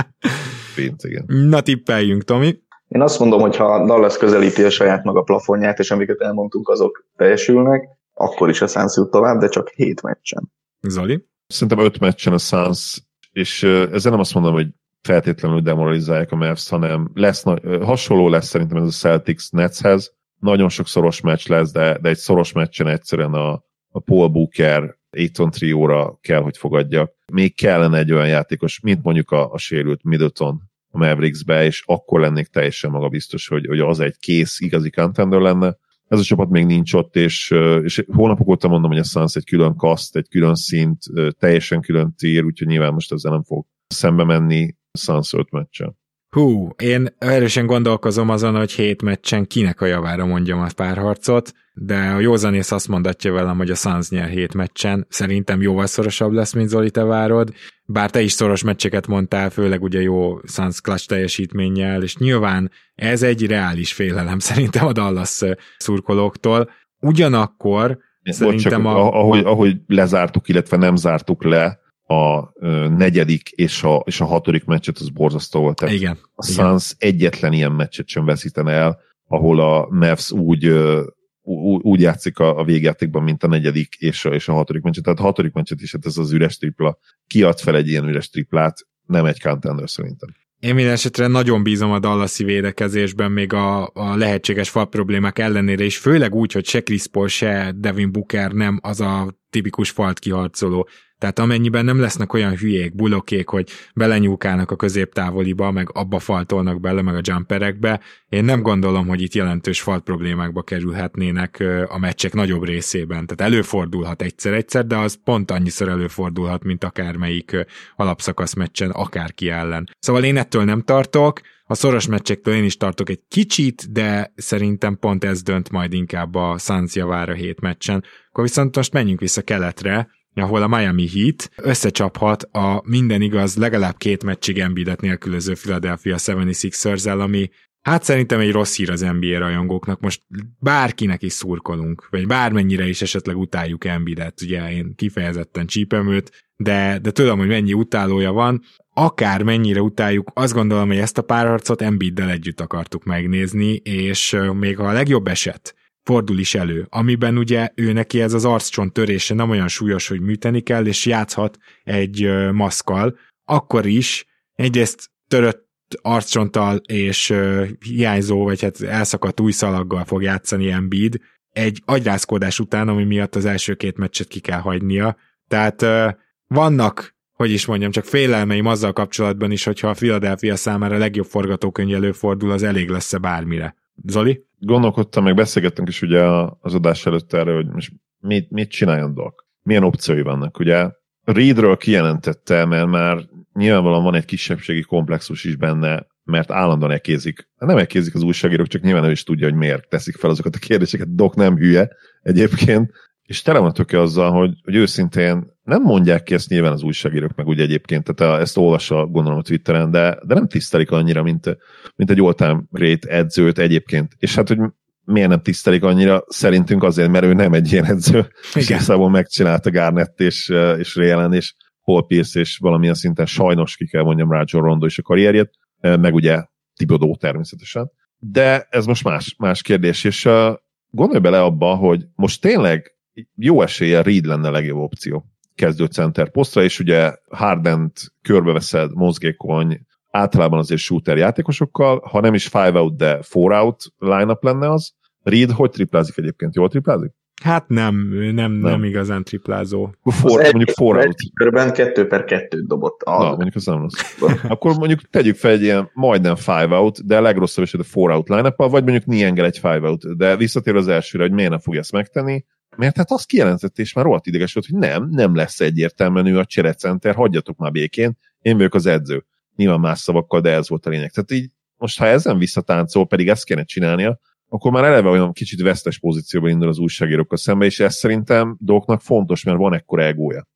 Igen. Na tippeljünk, Tomi. Én azt mondom, hogy ha Dallas közelíti a saját maga plafonját, és amiket elmondtunk, azok teljesülnek, akkor is a Suns jut tovább, de csak 7 meccsen. Zoli? Szerintem 5 meccsen a Suns, és ezzel nem azt mondom, hogy feltétlenül demoralizálják a Mavs, hanem hasonló lesz szerintem ez a Celtics Netshez. Nagyon sok szoros meccs lesz, de egy szoros meccsen egyszerűen a Paul Booker Ayton trióra kell, hogy fogadjak. Még kellene egy olyan játékos, mint mondjuk a sérült Middleton a Mavericksbe, és akkor lennék teljesen magabiztos, hogy az egy kész, igazi contender lenne. Ez a csapat még nincs ott, és hónapok óta mondom, hogy a Suns egy külön kaszt, egy külön szint, teljesen külön tier, úgyhogy nyilván most ezzel nem fog szembe menni Suns 5 meccsen. Én erősen gondolkozom azon, hogy 7 meccsen kinek a javára mondjam a párharcot, de a józanész azt mondatja velem, hogy a Suns nyer 7 meccsen. Szerintem jóval szorosabb lesz, mint Zoli, te várod. Bár te is szoros meccseket mondtál, főleg ugye jó Suns clutch teljesítménnyel, és nyilván ez egy reális félelem szerintem a Dallas szurkolóktól. Ugyanakkor szerintem ahogy lezártuk, illetve nem zártuk le a negyedik és a hatodik meccset, az borzasztó volt. Tehát igen, a Suns egyetlen ilyen meccset sem veszítene el, ahol a Mavs úgy játszik a végjátékban, mint a negyedik és a hatodik meccset. Tehát a hatodik meccset is, hát ez az üres tripla. Kiad fel egy ilyen üres triplát, nem egy contender szerintem. Én minden esetre nagyon bízom a Dallasi védekezésben, még a lehetséges fal problémák ellenére is, főleg úgy, hogy se Chris Paul, se Devin Booker nem az a tipikus falt kiharcoló. Tehát amennyiben nem lesznek olyan hülyék, bulokék, hogy belenyúlkálnak a középtávoliba, meg abba faltolnak bele, meg a jumperekbe, én nem gondolom, hogy itt jelentős falt problémákba kerülhetnének a meccsek nagyobb részében. Tehát előfordulhat egyszer-egyszer, de az pont annyiszor előfordulhat, mint akármelyik alapszakasz meccsen, akárki ellen. Szóval én ettől nem tartok, a szoros meccsektől én is tartok egy kicsit, de szerintem pont ez dönt majd inkább a Suns javára 7 meccsen. Akkor viszont most menjünk vissza keletre, ahol a Miami Heat összecsaphat a minden igaz legalább 2 meccsig Embiidet nélkülöző Philadelphia 76ers-el, ami hát szerintem egy rossz hír az NBA rajongóknak. Most bárkinek is szurkolunk, vagy bármennyire is esetleg utáljuk Embiidet, ugye én kifejezetten csípem őt, de tudom, hogy mennyi utálója van. Akár mennyire utáljuk, azt gondolom, hogy ezt a párharcot Embiiddel együtt akartuk megnézni, és még a legjobb eset fordul is elő, amiben ugye ő neki ez az arccsont törése nem olyan súlyos, hogy műteni kell, és játszhat egy maszkkal, akkor is egyrészt törött arccsonttal és hiányzó, vagy hát elszakadt új szalaggal fog játszani Embiid egy agyrázkódás után, ami miatt az első 2 meccset ki kell hagynia. Tehát vannak, hogy is mondjam, csak félelmeim azzal kapcsolatban is, hogyha a Philadelphia számára a legjobb forgatókönyv előfordul, az elég lesz-e bármire. Zoli? Gondolkodtam, meg beszélgettünk is ugye az adás előtt erről, hogy most mit csináljon Doc? Milyen opciói vannak? Ugye Reedről kijelentette, mert már nyilvánvalóan van egy kisebbségi komplexus is benne, mert állandóan ekézik. Nem ekézik az újságírók, csak nyilván ő is tudja, hogy miért teszik fel azokat a kérdéseket. Doc nem hülye egyébként, és tele van töké azzal, hogy őszintén nem mondják ki ezt nyilván az újságírók, meg ugye egyébként, tehát ezt olvassa gondolom a Twitteren, de nem tisztelik annyira, mint egy all-time great edzőt egyébként. És hát, hogy miért nem tisztelik annyira? Szerintünk azért, mert ő nem egy ilyen edző. És igazából megcsinálta Garnett és Ray Allen és Paul Pierce, és valamilyen szinten sajnos ki kell mondjam Rajon Rondo is a karrierjét, meg ugye Thibodeau természetesen. De ez most más kérdés, és gondolj bele abba, hogy most tényleg jó eséllyel Reed lenne a legjobb opció kezdő center posztra, és ugye Hardent körbeveszed mozgékony, általában azért shooter játékosokkal, ha nem is 5 out, de 4 out line-up lenne az. Reed hogy triplázik egyébként? Jól triplázik? Hát nem igazán triplázó. Mondjuk 4 out. Körben 2/2 dobott. Na, mondjuk az nem rossz. Akkor mondjuk tegyük fel egy ilyen majdnem 5 out, de a legrosszabb eset a 4 out line-up-al, vagy mondjuk Niangel egy 5 out, de visszatér az elsőre, hogy miért nem fogja ezt megtenni, mert hát azt kijelentett, és már rohadt ideges volt, hogy nem lesz egyértelműen ő a cserecenter, hagyjatok már békén, én vagyok az edző. Nyilván más szavakkal, de ez volt a lényeg. Tehát így most, ha ezen visszatáncol, pedig ezt kéne csinálnia, akkor már eleve olyan kicsit vesztes pozícióban indul az újságírókkal szembe, és ez szerintem Docnak fontos, mert van ekkora egója.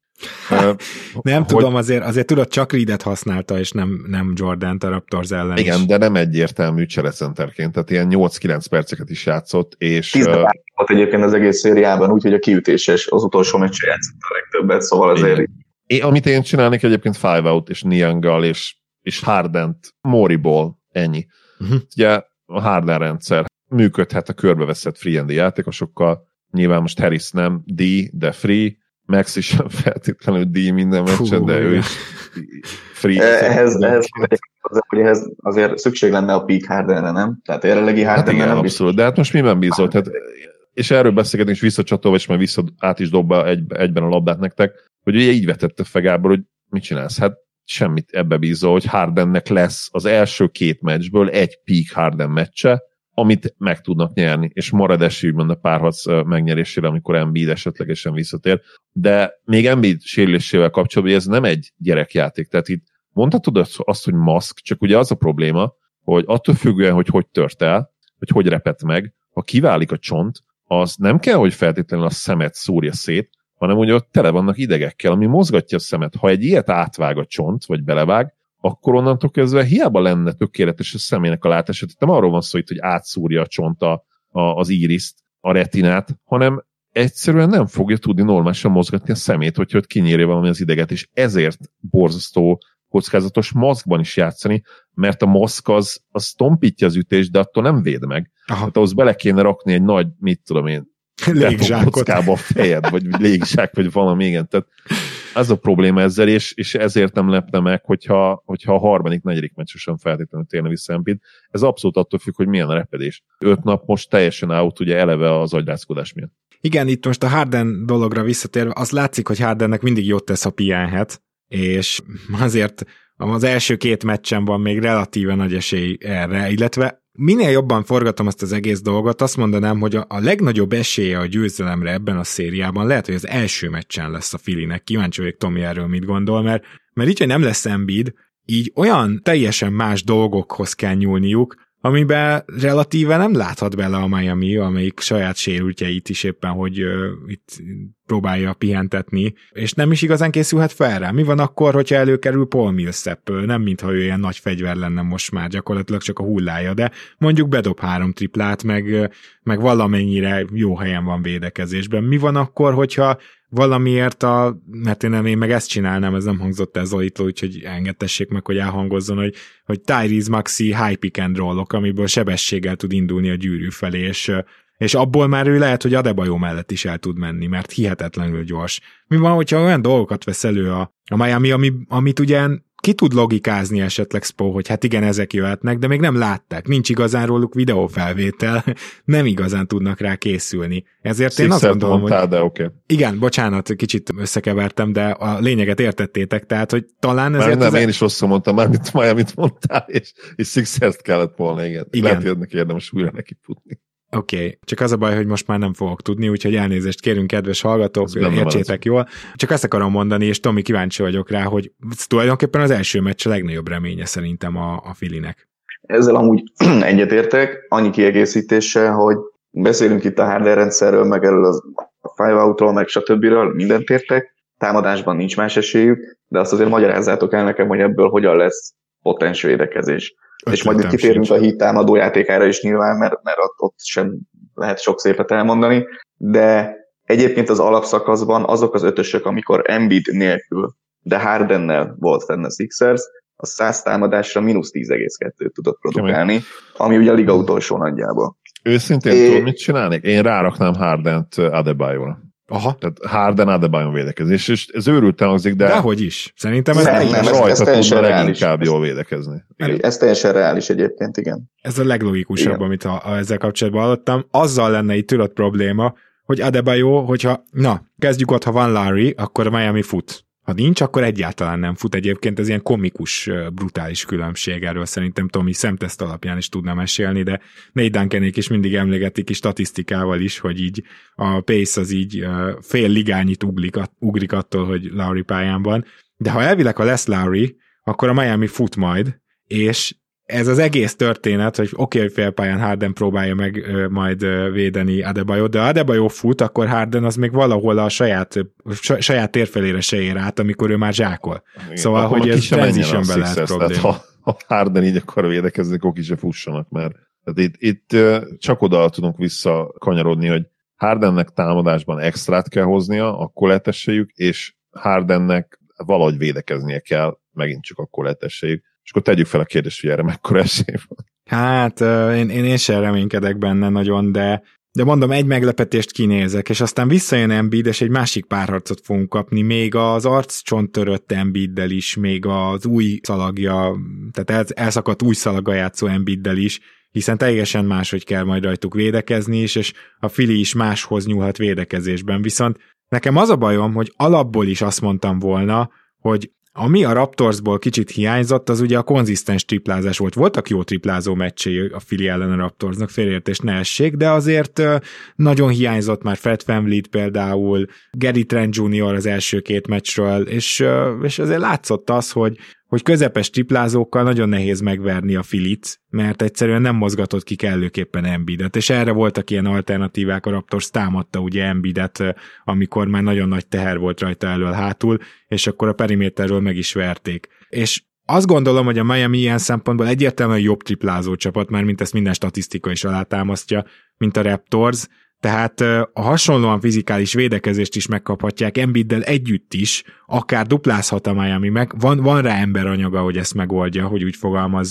Nem tudom, azért tudod, csak Reedet használta, és nem Jordant a Raptors ellen. Igen, de nem egyértelmű cserecenterként, tehát ilyen 8-9 perceket is játszott, és... 10 volt egyébként az egész szériában, úgyhogy a kiütéses az utolsó meccsen játszott a legtöbbet, szóval azért... Amit én csinálnék egyébként 5 out, és Nianggal, és Hardent, Moriball, ennyi. Ugye a Harden rendszer működhet a körbeveszett free and játékosokkal, nyilván most Harris nem D, de free, Max is feltétlenül D minden meccsen, de ő is free. Ehhez azért szükség lenne a peak Hardenre, nem? Tehát jelenlegi Hardenre nem abszolút, de hát most miben bízol? Tehát, és erről beszélgetünk, és visszacsatolva, és majd át is dobba egyben a labdát nektek, hogy ugye így vetette fel Gábor, hogy mit csinálsz? Hát semmit ebbe bízol, hogy Hardennek lesz az első 2 meccsből egy peak Harden meccse, amit meg tudnak nyerni, és marad esély úgymond a párharc megnyerésére, amikor Embiid esetlegesen visszatér. De még Embiid sérülésével kapcsolatban, hogy ez nem egy gyerekjáték, tehát itt mondhatod azt, hogy maszk, csak ugye az a probléma, hogy attól függően, hogy tört el, hogy repett meg, ha kiválik a csont, az nem kell, hogy feltétlenül a szemet szúrja szét, hanem ugye ott tele vannak idegekkel, ami mozgatja a szemet. Ha egy ilyet átvág a csont, vagy belevág, akkor onnantól kezdve hiába lenne tökéletes a szemének a látása. Tehát nem arról van szó itt, hogy átszúrja a csont az íriszt, a retinát, hanem egyszerűen nem fogja tudni normálisan mozgatni a szemét, hogyha ott kinyírja valami az ideget, és ezért borzasztó kockázatos maszkban is játszani, mert a maszk az tompítja az ütést, de attól nem véd meg. Hát ahhoz bele kéne rakni egy nagy, mit tudom én, légzsákot a fejed, vagy légzsák, vagy valami, igen. Tehát Az a probléma ezzel, és ezért nem lepne meg, hogyha a harmadik, negyedik meccsesen feltétlenül térne vissza Embiid. Ez abszolút attól függ, hogy milyen a repedés. 5 nap most teljesen out, ugye eleve az agyrázkodás miatt. Igen, itt most a Harden dologra visszatérve, az látszik, hogy Hardennek mindig jót tesz, ha pihenhet, és azért az első 2 meccsen van még relatíve nagy esély erre, illetve minél jobban forgatom azt az egész dolgot, azt mondanám, hogy a legnagyobb esélye a győzelemre ebben a szériában lehet, hogy az első meccsen lesz a Phillynek. Kíváncsi vagyok, Tomi erről mit gondol, mert így, hogy nem lesz Embiid, így olyan teljesen más dolgokhoz kell nyúlniuk, amiben relatíve nem láthat bele a Miami, amelyik saját sérültjeit is éppen, hogy itt próbálja pihentetni, és nem is igazán készülhet fel rá. Mi van akkor, hogyha előkerül Paul Millsap? Nem mintha ő ilyen nagy fegyver lenne most már, gyakorlatilag csak a hullája, de mondjuk bedob 3 triplát, meg valamennyire jó helyen van védekezésben. Mi van akkor, hogyha valamiért mert én meg ezt csinálnám, ez nem hangzott el Zolitól, úgyhogy engedtessék meg, hogy elhangozzon, hogy Tyrese Maxey high pick and roll-ok, amiből sebességgel tud indulni a gyűrű felé, és abból már ő lehet, hogy Adebayo mellett is el tud menni, mert hihetetlenül gyors. Mi van, hogyha olyan dolgokat vesz elő a Miami, amit ugye ki tud logikázni esetleg Spo, hogy hát igen, ezek jöhetnek, de még nem látták, nincs igazán róluk videófelvétel, nem igazán tudnak rá készülni. Ezért én azt gondolom, mondtál, hogy... de okay. Igen, bocsánat, kicsit összekevertem, de a lényeget értettétek, tehát, hogy talán ezért... Nem, én is rosszul mondtam, mármint Miami-t mondtál, és Sixers-t kellett volna, igen. Lehet, hogy érdemes újra neki futni. Oké, csak az a baj, hogy most már nem fogok tudni, úgyhogy elnézést kérünk, kedves hallgatók, értsétek jól. Csak azt akarom mondani, és Tomi, kíváncsi vagyok rá, hogy tulajdonképpen az első meccs a legnagyobb reménye szerintem a Phillynek. Ezzel amúgy egyetértek, annyi kiegészítéssel, hogy beszélünk itt a Harden rendszerről, meg erről a five outról, meg stb. Mindent értek, támadásban nincs más esélyük, de azt azért magyarázzátok el nekem, hogy ebből hogyan lesz potens védekezés. És majd itt kitérünk a Heat támadó játékára is nyilván, mert ott sem lehet sok szépet elmondani, de egyébként az alapszakaszban azok az ötösök, amikor Embiid nélkül, de Hardennel volt fenn a Sixers, a 100 támadásra -10,2 tudott produkálni, ami ugye a liga utolsó nagyjából. Őszintén tudom, mit csinálnék? Én ráraknám Hardent Adebayo-ra. Aha. Tehát Harden Adebayo védekezés, és ez őrülten hangzik, de... Dehogy is. Szerintem ez rajta leginkább jól védekezni. Igen. Ez teljesen reális egyébként, igen. Ez a leglogikusabb, igen, amit ezzel kapcsolatban hallottam. Azzal lenne itt tudott probléma, hogy Adebayo, hogyha, kezdjük ott, ha van Lowry, akkor a Miami fut. Ha nincs, akkor egyáltalán nem fut. Egyébként ez ilyen komikus, brutális különbség, erről szerintem Tomi szemteszt alapján is tudna mesélni, de Nate Duncanék is mindig emlegetik is statisztikával is, hogy így a pace az így fél ligányit ugrik attól, hogy Lowry pályán van. De ha elvileg, ha lesz Lowry, akkor a Miami fut majd, és ez az egész történet, hogy oké, hogy félpályán Harden próbálja meg majd védeni Adebayot, de Adebayo fut, akkor Harden az még valahol a saját térfelére se ér át, amikor ő már zsákol. Igen, szóval, hogy ez transitionben lehet probléma. Ha Harden így akar védekezni, akkor ki se fussanak, mert itt csak oda tudunk visszakanyarodni, hogy Hardennek támadásban extrát kell hoznia, akkor lehetesséjük, és Hardennek valahogy védekeznie kell, megint csak akkor lehetesséjük. És akkor tegyük fel a kérdést, hogy erre mekkora esély van. Hát én sem reménykedek benne nagyon, de mondom, egy meglepetést kinézek, és aztán visszajön Embiid, és egy másik párharcot fogunk kapni, még az arccsont törött Embiiddel is, még az új szalagja, tehát elszakadt új szalaga játszó Embiiddel is, hiszen teljesen máshogy kell majd rajtuk védekezni is, és a Philly is máshoz nyúlhat védekezésben. Viszont nekem az a bajom, hogy alapból is azt mondtam volna, hogy ami a Raptorsból kicsit hiányzott, az ugye a konzisztens triplázás volt. Voltak jó triplázó meccsei a Philly ellen a Raptorsnak, félreértés ne essék, de azért nagyon hiányzott már Fred VanVleet például, Gary Trent Jr. az első 2 meccsről, és azért látszott az, hogy közepes triplázókkal nagyon nehéz megverni a Phillyt, mert egyszerűen nem mozgatott ki kellőképpen Embiidet, és erre voltak ilyen alternatívák, a Raptors támadta ugye Embiidet, amikor már nagyon nagy teher volt rajta elől-hátul, és akkor a periméterről meg is verték. És azt gondolom, hogy a Miami ilyen szempontból egyértelműen jobb triplázó csapat, már mint ezt minden statisztika is alátámasztja, mint a Raptors, tehát a hasonlóan fizikális védekezést is megkaphatják Embiiddel együtt is, akár duplázhat a Miami meg, van rá emberanyaga, hogy ezt megoldja, hogy úgy fogalmazzak,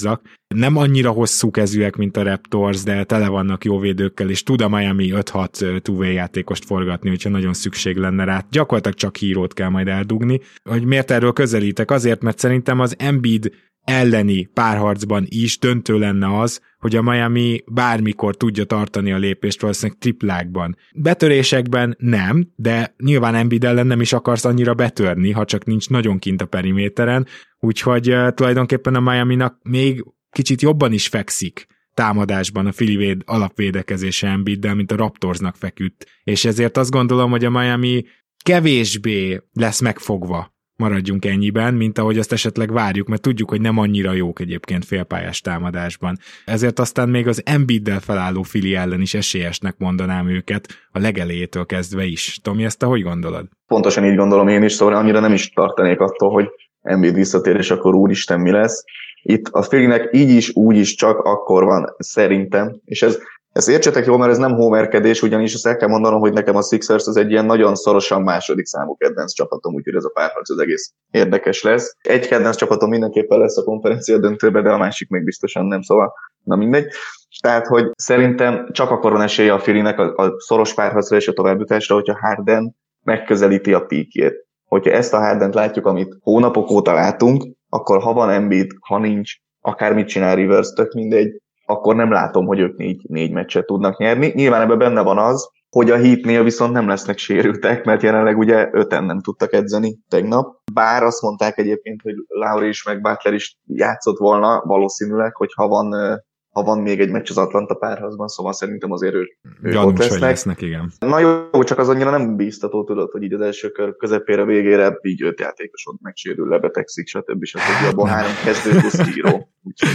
nem annyira hosszú kezűek, mint a Raptors, de tele vannak jó védőkkel, és tud a Miami 5-6 two-way játékost forgatni, hogyha nagyon szükség lenne rá. Gyakorlatilag csak hírót kell majd eldugni. Hogy miért erről közelítek? Azért, mert szerintem az Embiid elleni párharcban is döntő lenne az, hogy a Miami bármikor tudja tartani a lépést valószínűleg triplákban. Betörésekben nem, de nyilván Embiid ellen nem is akarsz annyira betörni, ha csak nincs nagyon kint a periméteren, úgyhogy tulajdonképpen a Miaminak még kicsit jobban is fekszik támadásban a Philly alapvédekezése Embiiddel, mint a Raptorsnak feküdt, és ezért azt gondolom, hogy a Miami kevésbé lesz megfogva, maradjunk ennyiben, mint ahogy azt esetleg várjuk, mert tudjuk, hogy nem annyira jók egyébként félpályás támadásban. Ezért aztán még az Embiiddel felálló Philly ellen is esélyesnek mondanám őket a legelejétől kezdve is. Tomi, ezt te hogy gondolod? Pontosan így gondolom én is, szóval annyira nem is tartanék attól, hogy Embiid visszatér, és akkor úristen mi lesz. Itt a Phillynek így is, úgy is csak akkor van szerintem, és ez értsetek jól, mert ez nem homerkedés, ugyanis azt el kell mondanom, hogy nekem a Sixers az egy ilyen nagyon szorosan második számú kedvenc csapatom, úgyhogy ez a párharc az egész érdekes lesz. Egy kedvenc csapatom mindenképpen lesz a konferencia döntőbe, de a másik még biztosan nem, szóval na mindegy. Tehát, hogy szerintem csak akkor van esélye a Phillynek a szoros párharcra és a továbbjutásra, hogyha Harden megközelíti a píkjét. Hogyha ezt a Hardent látjuk, amit hónapok óta látunk, akkor ha van Embiid, ha nincs, akármit csinál Rivers, tök mindegy, akkor nem látom, hogy ők négy meccset tudnak nyerni. Nyilván ebben benne van az, hogy a Heatnél viszont nem lesznek sérültek, mert jelenleg ugye 5-en nem tudtak edzeni tegnap. Bár azt mondták egyébként, hogy Lowry is meg Butler is játszott volna valószínűleg, hogy ha van még egy meccs az Atlanta párharcban, szóval szerintem azért ők ott lesznek. Igen. Na jó, csak az annyira nem bíztató, tudod, hogy így az első kör közepére, végére így 5 játékosod megsérül, lebetegszik, stb. Abból 3 kezdő plusz író.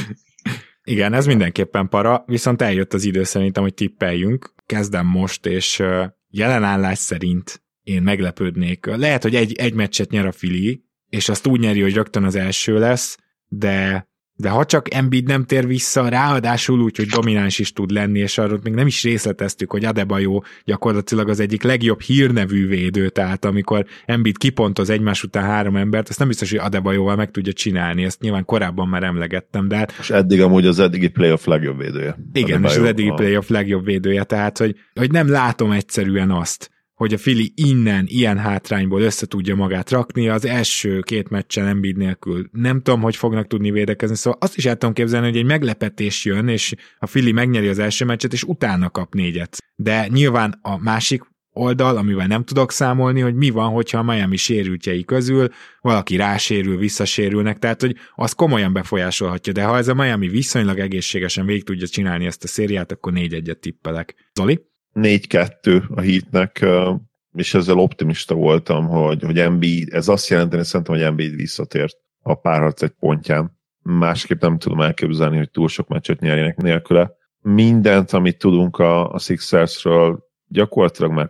Igen, ez mindenképpen para, viszont eljött az idő szerintem, hogy tippeljünk. Kezdem most, és jelen állás szerint én meglepődnék. Lehet, hogy egy meccset nyer a Philly, és azt úgy nyeri, hogy rögtön az első lesz, de ha csak Embiid nem tér vissza, ráadásul úgy, hogy domináns is tud lenni, és arról még nem is részleteztük, hogy Adebayo gyakorlatilag az egyik legjobb hírnevű védő, tehát amikor Embiid kipontoz egymás után 3 embert, azt nem biztos, hogy Adebayoval meg tudja csinálni, ezt nyilván korábban már emlegettem, de hát... És eddig amúgy az eddigi playoff legjobb védője. Igen, Adebayo, és az eddigi playoff legjobb védője, tehát hogy nem látom egyszerűen azt, hogy a Philly innen, ilyen hátrányból össze tudja magát rakni, az első 2 meccsen Embiid nélkül nem tudom, hogy fognak tudni védekezni, szóval azt is el tudom képzelni, hogy egy meglepetés jön, és a Philly megnyeri az első meccset, és utána kap 4-et. De nyilván a másik oldal, amivel nem tudok számolni, hogy mi van, hogyha a Miami sérültjei közül valaki rásérül, visszasérülnek, tehát hogy az komolyan befolyásolhatja, de ha ez a Miami viszonylag egészségesen végig tudja csinálni ezt a szériát, akkor 4-1-et tippelek. Zoli? 4-2 a Heatnek, és ezzel optimista voltam, hogy Embiid, ez azt jelenteni szerintem, hogy Embiid visszatért a párharc egy pontján. Másképp nem tudom elképzelni, hogy túl sok meccset nyerjenek nélküle. Mindent, amit tudunk a Sixersről, gyakorlatilag már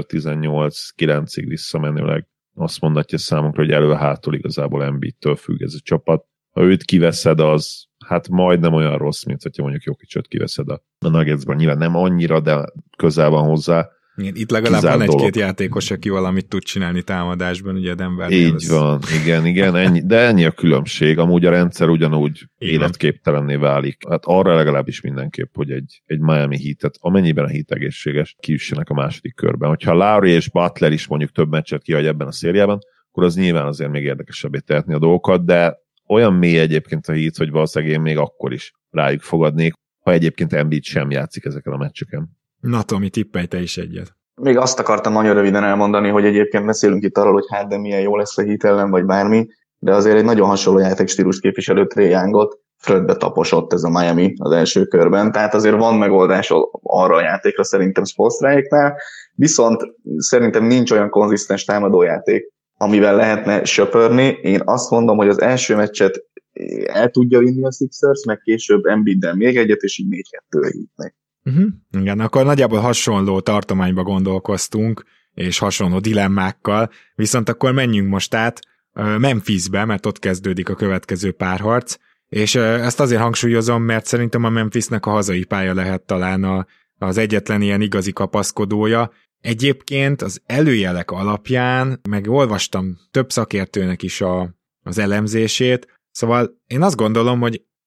2018-9-ig visszamenőleg azt mondatja számunkra, hogy elő-hátul igazából Embiidtől függ ez a csapat. Ha őt kiveszed, az hát majdnem olyan rossz, mint hogyha mondjuk Jokicot kiveszed a Nuggetsban. Nyilván nem annyira, de közel van hozzá. Igen, itt legalább van egy-két játékos, aki valamit tud csinálni támadásban, ugye Denvernél. Így van, igen, ennyi, de ennyi a különbség. Amúgy a rendszer ugyanúgy életképtelenné válik. Hát arra legalábbis mindenképp, hogy egy Miami Heatet, amennyiben a Heat egészséges, kiüssenek a második körben. Hogyha Lowry és Butler is mondjuk több meccset kihagy ebben a szériában, akkor az nyilván azért még érdekesebbé tehetni a dolgokat, de olyan mély egyébként a Heat, hogy valószínűleg én még akkor is rájuk fogadnék, ha egyébként Embiid sem játszik ezeken a meccseken. Na Tomi, tippelj te is egyet. Még azt akartam nagyon röviden elmondani, hogy egyébként beszélünk itt arról, hogy Harden milyen jó lesz a Heat ellen, vagy bármi, de azért egy nagyon hasonló játékstílus képviselő Trae Youngot földbe taposott ez a Miami az első körben, tehát azért van megoldás arra a játékra szerintem Spoelstráéknál, viszont szerintem nincs olyan konzisztens támadójáték, amivel lehetne söpörni. Én azt mondom, hogy az első meccset el tudja vinni a Sixers, meg később Embiiddel még egyet, és így 4-2-re Heatnek. Igen, akkor nagyjából hasonló tartományba gondolkoztunk, és hasonló dilemmákkal, viszont akkor menjünk most át Memphisbe, mert ott kezdődik a következő párharc, és ezt azért hangsúlyozom, mert szerintem a Memphisnek a hazai pálya lehet talán az egyetlen ilyen igazi kapaszkodója. Egyébként az előjelek alapján, meg olvastam több szakértőnek is az elemzését, szóval én azt gondolom, hogy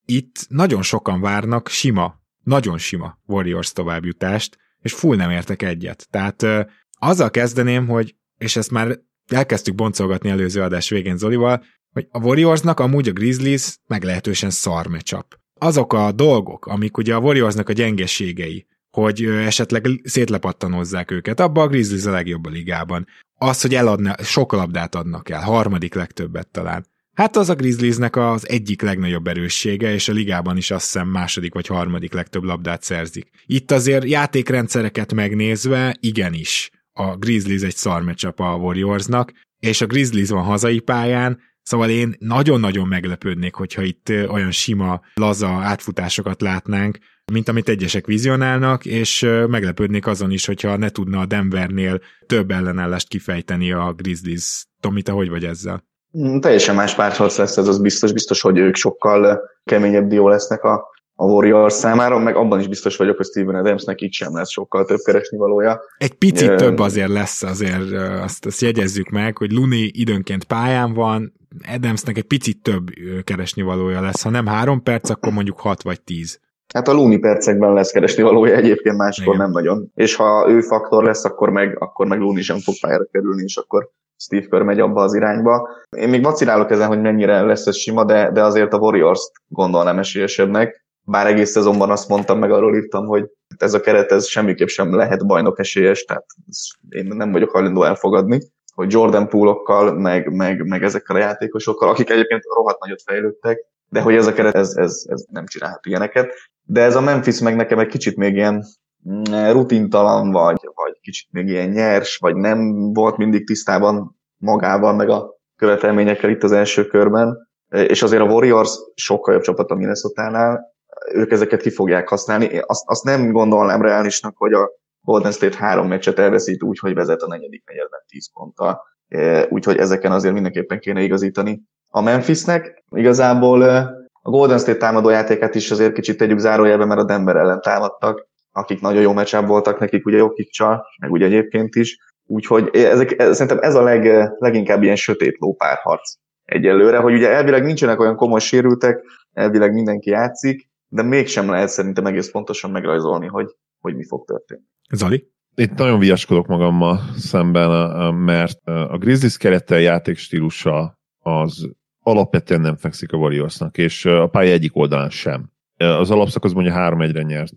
itt nagyon sokan várnak nagyon sima Warriors továbbjutást, és full nem értek egyet. Tehát azzal kezdeném, hogy, és ezt már elkezdtük boncolgatni előző adás végén Zolival, hogy a Warriorsnak amúgy a Grizzlies meglehetősen szar matchup. Azok a dolgok, amik ugye a Warriorsnak a gyengeségei, hogy esetleg szétlepattanozzák őket, abban a Grizzlies a legjobb a ligában. Az, hogy sok labdát adnak el, harmadik legtöbbet talán. Hát az a Grizzliesnek az egyik legnagyobb erőssége, és a ligában is azt hiszem második vagy harmadik legtöbb labdát szerzik. Itt azért játékrendszereket megnézve, igenis, a Grizzlies egy szar matchup a Warriorsnak, és a Grizzlies van hazai pályán, szóval én nagyon-nagyon meglepődnék, hogyha itt olyan sima, laza átfutásokat látnánk, mint amit egyesek vizionálnak, és meglepődnék azon is, hogyha ne tudna a Denvernél több ellenállást kifejteni a Grizzlies. Tomi, te hogy vagy ezzel? Teljesen más párharc lesz ez, az biztos, hogy ők sokkal keményebb dió lesznek a Warriors számára, meg abban is biztos vagyok, hogy Steven Adamsnek itt sem lesz sokkal több keresnivalója. Egy picit több azért lesz, azért azt jegyezzük meg, hogy Looney időnként pályán van, Adamsnek egy picit több keresnivalója lesz, ha nem 3 perc, akkor mondjuk 6 vagy 10. Hát a Looney percekben lesz keresnivalója, egyébként máskor nem nagyon. És ha ő faktor lesz, akkor meg Looney sem fog pályára kerülni, és akkor Steve Kerr megy abba az irányba. Én még vacilálok ezen, hogy mennyire lesz ez sima, de azért a Warriors-t gondolnám esélyesebbnek. Bár egész szezonban azt mondtam, meg arról írtam, hogy ez a keret ez semmiképp sem lehet bajnok esélyes, tehát én nem vagyok hajlandó elfogadni, hogy Jordan Poole-okkal, meg ezekkel a játékosokkal, akik egyébként rohadt nagyot fejlődtek, de hogy ez a keret ez nem csinálhat ilyeneket. De ez a Memphis meg nekem egy kicsit még ilyen rutintalan, vagy kicsit még ilyen nyers, vagy nem volt mindig tisztában magával, meg a követelményekkel itt az első körben. És azért a Warriors sokkal jobb csapat a Minnesota-nál, ők ezeket ki fogják használni. Azt nem gondolnám reálisnak, hogy a Golden State 3 meccset elveszít úgy, hogy vezet a negyedik negyedben 10 ponttal. Úgyhogy ezeken azért mindenképpen kéne igazítani. A Memphisnek igazából a Golden State támadójátékát is azért kicsit tegyük zárójelbe, mert a Denver ellen támadtak, akik nagyon jó meccsában voltak nekik, ugye Jokiccal, meg ugye egyébként is. Úgyhogy szerintem ez a leginkább ilyen sötét lópárharc egyelőre, hogy ugye elvileg nincsenek olyan komoly sérültek, elvileg mindenki játszik, de mégsem lehet szerintem egész pontosan megrajzolni, hogy mi fog történni. Zoli? Itt nagyon viaskodok magammal szemben, mert a Grizzlies kerettel játékstílusa az alapvetően nem fekszik a Warriorsnak, és a pálya egyik oldalán sem. Az alapszakaszban ugye 3-1-re nyert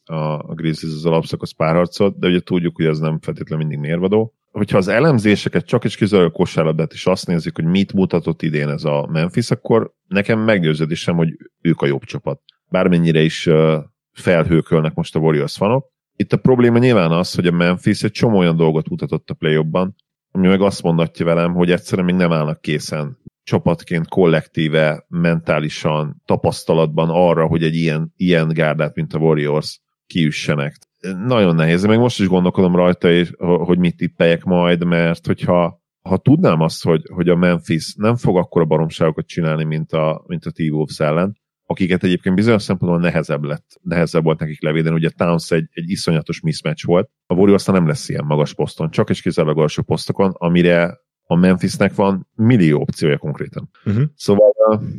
a Grizzlies az alapszakasz párharcot, de ugye tudjuk, hogy ez nem feltétlenül mindig mérvadó. Hogyha az elemzéseket csak és kizárólag a kosárlabdát is azt nézzük, hogy mit mutatott idén ez a Memphis, akkor nekem meggyőződésem, hogy ők a jobb csapat. Bármennyire is felhőkölnek most a Warriors fanok. Itt a probléma nyilván az, hogy a Memphis egy csomó olyan dolgot mutatott a play-offban, ami meg azt mondatja velem, hogy egyszerűen még nem állnak készen csapatként, kollektíve, mentálisan, tapasztalatban arra, hogy egy ilyen gárdát, mint a Warriors kiüssenek. Nagyon nehéz, meg most is gondolkodom rajta, hogy mit tippeljek majd, mert hogyha tudnám azt, hogy a Memphis nem fog akkora baromságokat csinálni, mint a T-Wolves ellen, akiket egyébként bizonyos szempontból nehezebb volt nekik levédeni, ugye Towns egy iszonyatos mismatch volt, a Warriors nem lesz ilyen magas poszton, csak és kizárólag alsó posztokon, amire a Memphisnek van millió opciója konkrétan. Uh-huh. Szóval,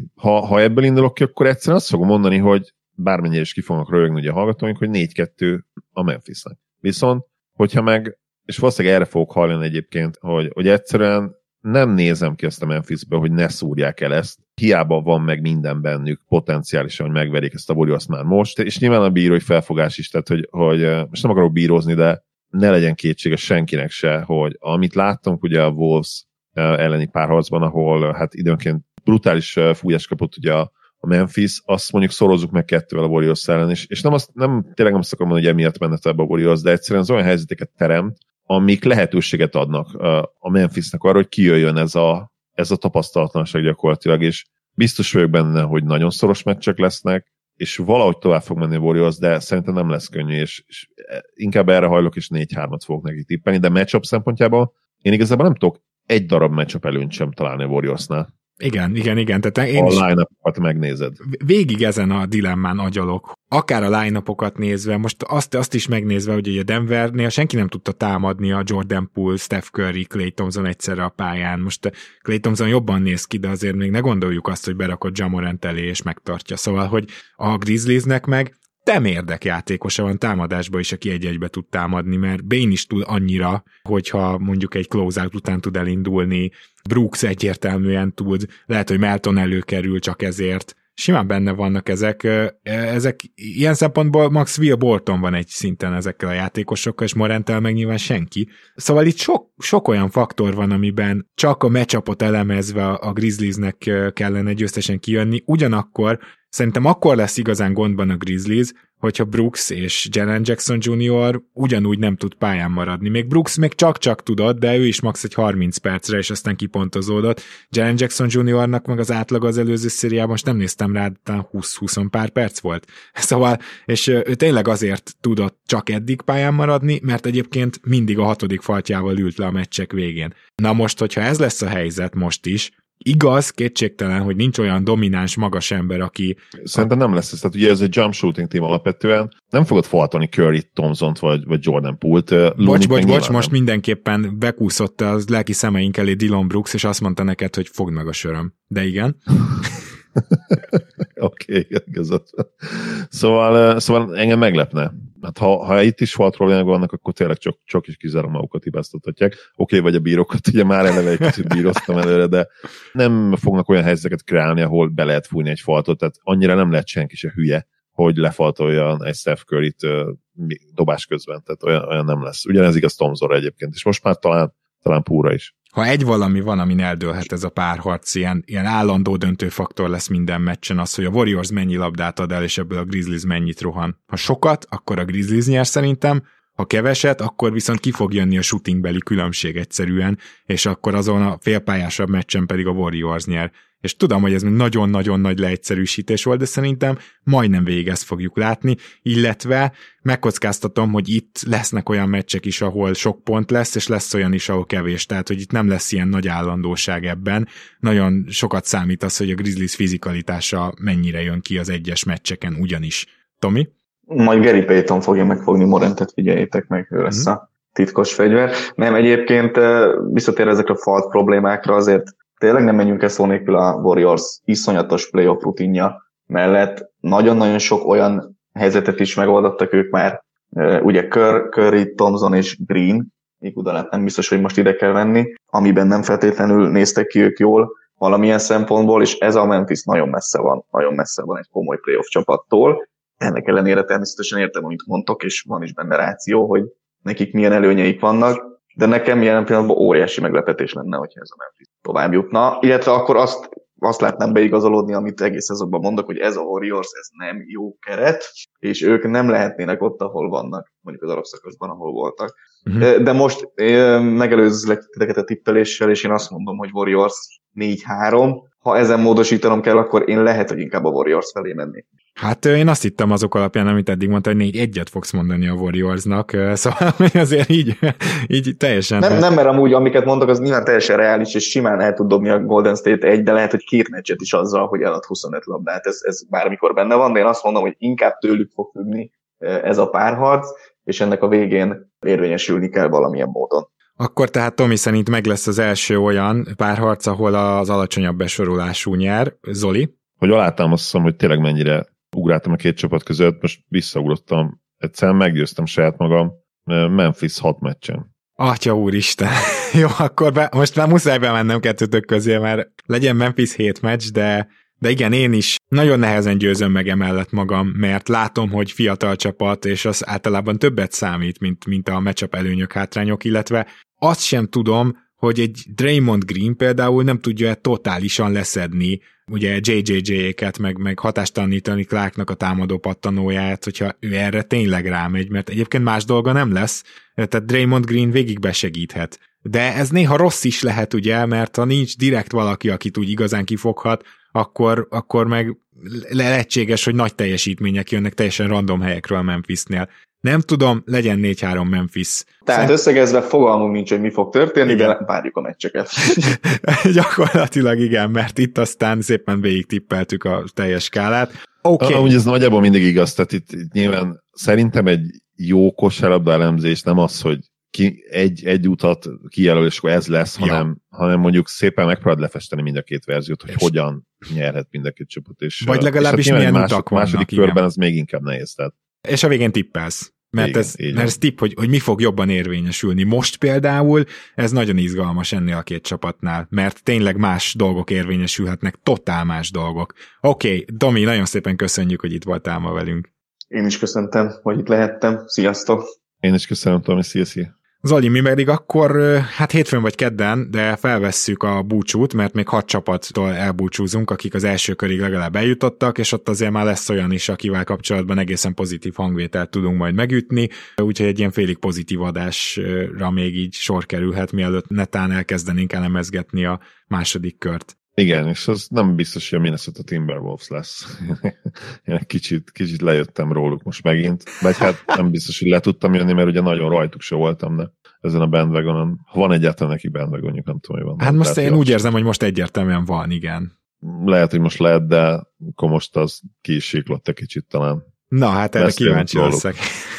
ha ebből indulok ki, akkor egyszerűen azt fogom mondani, hogy bármennyire is ki fognak röhögni ugye a hallgatóink, hogy 4-2 a Memphisnek. Viszont, hogyha meg, és valószínűleg erre fogok hallani egyébként, hogy egyszerűen nem nézem ki azt a Memphisből, hogy ne szúrják el ezt. Hiába van meg minden bennük potenciálisan, hogy megverik ezt a Warriors már most, és nyilván a bírói felfogás is, tehát hogy most nem akarok bírózni, de ne legyen kétsége senkinek se, hogy amit láttunk ugye a Wolves elleni párharcban, ahol hát időnként brutális fújást kapott ugye a Memphis, azt mondjuk szorozzuk meg 2-vel a Warriors ellen, és tényleg nem azt akarom mondani, hogy emiatt menne ebbe a Warriors, de egyszerűen az olyan helyzeteket teremt, amik lehetőséget adnak a Memphisnek arra, hogy kijöjjön ez a tapasztalatlanság gyakorlatilag, és biztos vagyok benne, hogy nagyon szoros meccsek lesznek, és valahogy tovább fog menni a Warriors, de szerintem nem lesz könnyű, és inkább erre hajlok, és 4-3-at fogok neki tippelni, de matchup szempontjából én igazából nem tudok egy darab matchup előnyt sem találni a Warriorsnál. Igen. Tehát én a line-upokat megnézed. Végig ezen a dilemmán agyalok. Akár a line-upokat nézve, most azt is megnézve, hogy a Denvernél senki nem tudta támadni a Jordan Poole, Steph Curry, Klay Thompson egyszerre a pályán. Most Klay Thompson jobban néz ki, de azért még ne gondoljuk azt, hogy berakott Ja Morant elé és megtartja. Szóval, hogy a Grizzliesnek meg temérdek játékosa van támadásba is, aki egy-egybe tud támadni, mert Bane is tud annyira, hogyha mondjuk egy closeout után tud elindulni, Brooks egyértelműen tud, lehet, hogy Melton előkerül csak ezért, simán benne vannak ezek ilyen szempontból Max Will Bolton van egy szinten ezekkel a játékosokkal, és Moranttel meg nyilván senki. Szóval itt sok olyan faktor van, amiben csak a matchupot elemezve a Grizzliesnek kellene győztesen kijönni, ugyanakkor szerintem akkor lesz igazán gondban a Grizzlies, hogyha Brooks és Jaren Jackson Jr. ugyanúgy nem tud pályán maradni. Még Brooks még csak tudott, de ő is max. Egy 30 percre, és aztán kipontozódott. Jaren Jackson Jr.-nak meg az átlag az előző szériában, most nem néztem rá, de 20 pár perc volt. Szóval, és ő tényleg azért tudott csak eddig pályán maradni, mert egyébként mindig a 6. faltjával ült le a meccsek végén. Na most, hogyha ez lesz a helyzet most is, igaz, kétségtelen, hogy nincs olyan domináns, magas ember, aki... Szerintem nem lesz ez. Tehát ugye ez egy jump shooting team alapvetően. Nem fogod faltani Curry, Thompsont vagy Jordan Poole-t. Bocs, most mindenképpen bekúszott a lelki szemeink elé Dillon Brooks, és azt mondta neked, hogy fogd meg a söröm. De igen. Oké, igazad. Szóval engem meglepne. Hát ha itt is volt problémák vannak, akkor tényleg csak is kizárólag magukat hibáztathatják. Oké, vagy a bírókat, ugye már eleve egy kicsit bíroztam előre, de nem fognak olyan helyzeteket kreálni, ahol be lehet fújni egy faltot, tehát annyira nem lehet senki se hülye, hogy lefaltolja egy Steph Curryt dobás közben, tehát olyan nem lesz. Ugyanez igaz Thompsonra egyébként, és most már talán Poole-ra is. Ha egy valami van, amin eldőlhet ez a párharc, ilyen állandó döntőfaktor lesz minden meccsen az, hogy a Warriors mennyi labdát ad el, és ebből a Grizzlies mennyit rohan. Ha sokat, akkor a Grizzlies nyer szerintem, ha keveset, akkor viszont ki fog jönni a shootingbeli különbség egyszerűen, és akkor azon a félpályásabb meccsen pedig a Warriors nyer. És tudom, hogy ez nagyon-nagyon nagy leegyszerűsítés volt, de szerintem majdnem végig ezt fogjuk látni, illetve megkockáztatom, hogy itt lesznek olyan meccsek is, ahol sok pont lesz, és lesz olyan is, ahol kevés, tehát hogy itt nem lesz ilyen nagy állandóság ebben. Nagyon sokat számít az, hogy a Grizzlies fizikalitása mennyire jön ki az egyes meccseken ugyanis. Tomi? Majd Gary Payton fogja megfogni Morantet, figyeljétek meg, ő lesz a titkos fegyver. Nem, egyébként visszatérve ezekre a falt problémákra, azért tényleg nem menjünk el szó nélkül a Warriors iszonyatos playoff rutinja mellett. Nagyon-nagyon sok olyan helyzetet is megoldottak ők már. Ugye Curry, Thompson és Green, Iguodalát nem biztos, hogy most ide kell venni, amiben nem feltétlenül néztek ki ők jól valamilyen szempontból, és ez a Memphis nagyon messze van egy komoly playoff csapattól. Ennek ellenére természetesen értem, amit mondtok, és van is benne ráció, hogy nekik milyen előnyeik vannak, de nekem jelen pillanatban óriási meglepetés lenne, hogyha ez a Memphis tovább jutna, illetve akkor azt látnám beigazolódni, amit egész szezonban mondok, hogy ez a Warriors, ez nem jó keret, és ők nem lehetnének ott, ahol vannak, mondjuk az alapszakaszban, ahol voltak. De most megelőzlek titeket a tippeléssel, és én azt mondom, hogy Warriors 4-3. Ha ezen módosítanom kell, akkor én lehet, hogy inkább a Warriors felé mennék. Hát én azt hittem azok alapján, amit eddig mondta, hogy 4-1-et fogsz mondani a Warriorsnak, szóval azért így teljesen... Nem, mert amúgy amiket mondok, az nyilván teljesen reális, és simán el tud dobni a Golden State egy, de lehet, hogy 2 meccset is azzal, hogy elad 25 labdát, ez bármikor benne van, de én azt mondom, hogy inkább tőlük fog függni ez a párharc, és ennek a végén érvényesülni kell valamilyen módon. Akkor tehát Tomi szerint meg lesz az első olyan párharc, ahol az alacsonyabb besorolású nyer. Zoli? Hogy alátámasztom, hogy tényleg mennyire ugráltam a két csapat között, most visszaugrottam, egyszerűen meggyőztem saját magam, Memphis 6 meccsen. Atya úristen! Jó, akkor most már muszáj bemennem kettőtök közé, mert legyen Memphis 7 meccs, de igen, én is nagyon nehezen győzöm meg emellett magam, mert látom, hogy fiatal csapat, és az általában többet számít, mint a matchup előnyök, hátrányok, illetve azt sem tudom, hogy egy Draymond Green például nem tudja totálisan leszedni ugye JJJ-eket, meg hatástalanítani Clarknak a támadó pattanóját, hogyha ő erre tényleg rámegy, mert egyébként más dolga nem lesz, tehát Draymond Green végig besegíthet. De ez néha rossz is lehet, ugye, mert ha nincs direkt valaki, akit úgy igazán kifoghat, akkor meg lehetséges, hogy nagy teljesítmények jönnek teljesen random helyekről a Memphisnél. Nem tudom, legyen 4-3 Memphis. Tehát összegezve fogalmunk nincs, hogy mi fog történni, igen. De várjuk a meccseket. Gyakorlatilag igen, mert itt aztán szépen végig tippeltük a teljes skálát. Okay. Amúgy ez nagyjából mindig igaz, tehát itt nyilván szerintem egy jó kosárlabda elemzés nem az, hogy egy utat kijelöl, és akkor ez lesz, hanem mondjuk szépen megpróbáld lefesteni mind a két verziót, hogy hogyan nyerhet mind a két csapat. És, vagy legalábbis és milyen utak vannak. Második körben az még inkább nehéz. Tehát. És a végén tippelsz. Mert ez tipp, hogy mi fog jobban érvényesülni. Most például ez nagyon izgalmas ennél a két csapatnál, mert tényleg más dolgok érvényesülhetnek, totál más dolgok. Oké, Domi, nagyon szépen köszönjük, hogy itt voltál ma velünk. Én is köszöntem, hogy itt lehettem. Sziasztok! Én is köszönöm, Tomi, szia. Zoli, mi pedig akkor, hát hétfőn vagy kedden, de felvesszük a búcsút, mert még 6 csapattól elbúcsúzunk, akik az első körig legalább eljutottak, és ott azért már lesz olyan is, akivel kapcsolatban egészen pozitív hangvételt tudunk majd megütni, úgyhogy egy ilyen félig pozitív adásra még így sor kerülhet, mielőtt netán elkezdenénk elemezgetni a második kört. Igen, és az nem biztos, hogy a Minnesota Timberwolves lesz. Én kicsit lejöttem róluk most megint, vagy hát nem biztos, hogy le tudtam jönni, mert ugye nagyon rajtuk se voltam, de ezen a bandwagonon, ha van egyáltalán neki bandwagonjuk, nem tudom, hogy van. Hát most én úgy érzem, hogy most egyértelműen van, igen. Lehet, hogy most lehet, de akkor most az ki is síklott egy kicsit talán. Na, hát erre kíváncsi leszek.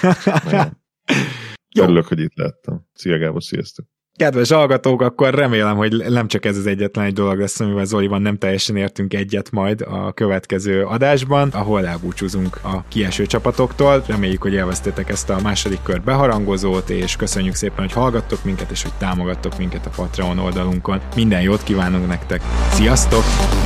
Örülök, hogy itt lehettem. Szia Gábor, sziasztok! Kedves hallgatók, akkor remélem, hogy nem csak ez az egyetlen egy dolog lesz, amivel Zoliban nem teljesen értünk egyet majd a következő adásban, ahol elbúcsúzunk a kieső csapatoktól. Reméljük, hogy élveztétek ezt a második kör beharangozót, és köszönjük szépen, hogy hallgattok minket, és hogy támogattok minket a Patreon oldalunkon. Minden jót kívánunk nektek! Sziasztok!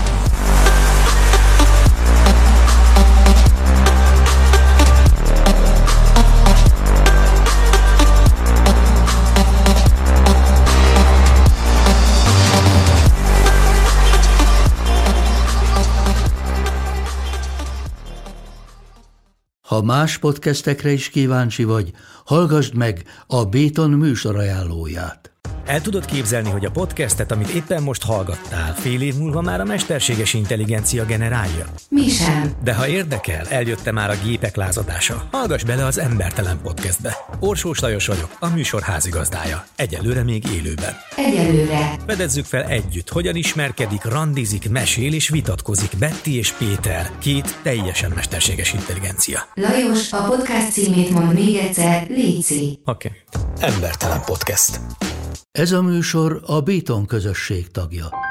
Ha más podcastekre is kíváncsi vagy, hallgassd meg a Béton műsor ajánlóját. El tudod képzelni, hogy a podcastet, amit éppen most hallgattál, fél év múlva már a mesterséges intelligencia generálja? Mi sem. De ha érdekel, eljött már a gépek lázadása. Hallgass bele az Embertelen Podcastbe. Orsós Lajos vagyok, a műsor házigazdája. Egyelőre még élőben. Egyelőre. Fedezzük fel együtt, hogyan ismerkedik, randizik, mesél és vitatkozik Betty és Péter, két teljesen mesterséges intelligencia. Lajos, a podcast címét mond még egyszer, léci. Oké. Embertelen Podcast. Ez a műsor a Béton közösség tagja.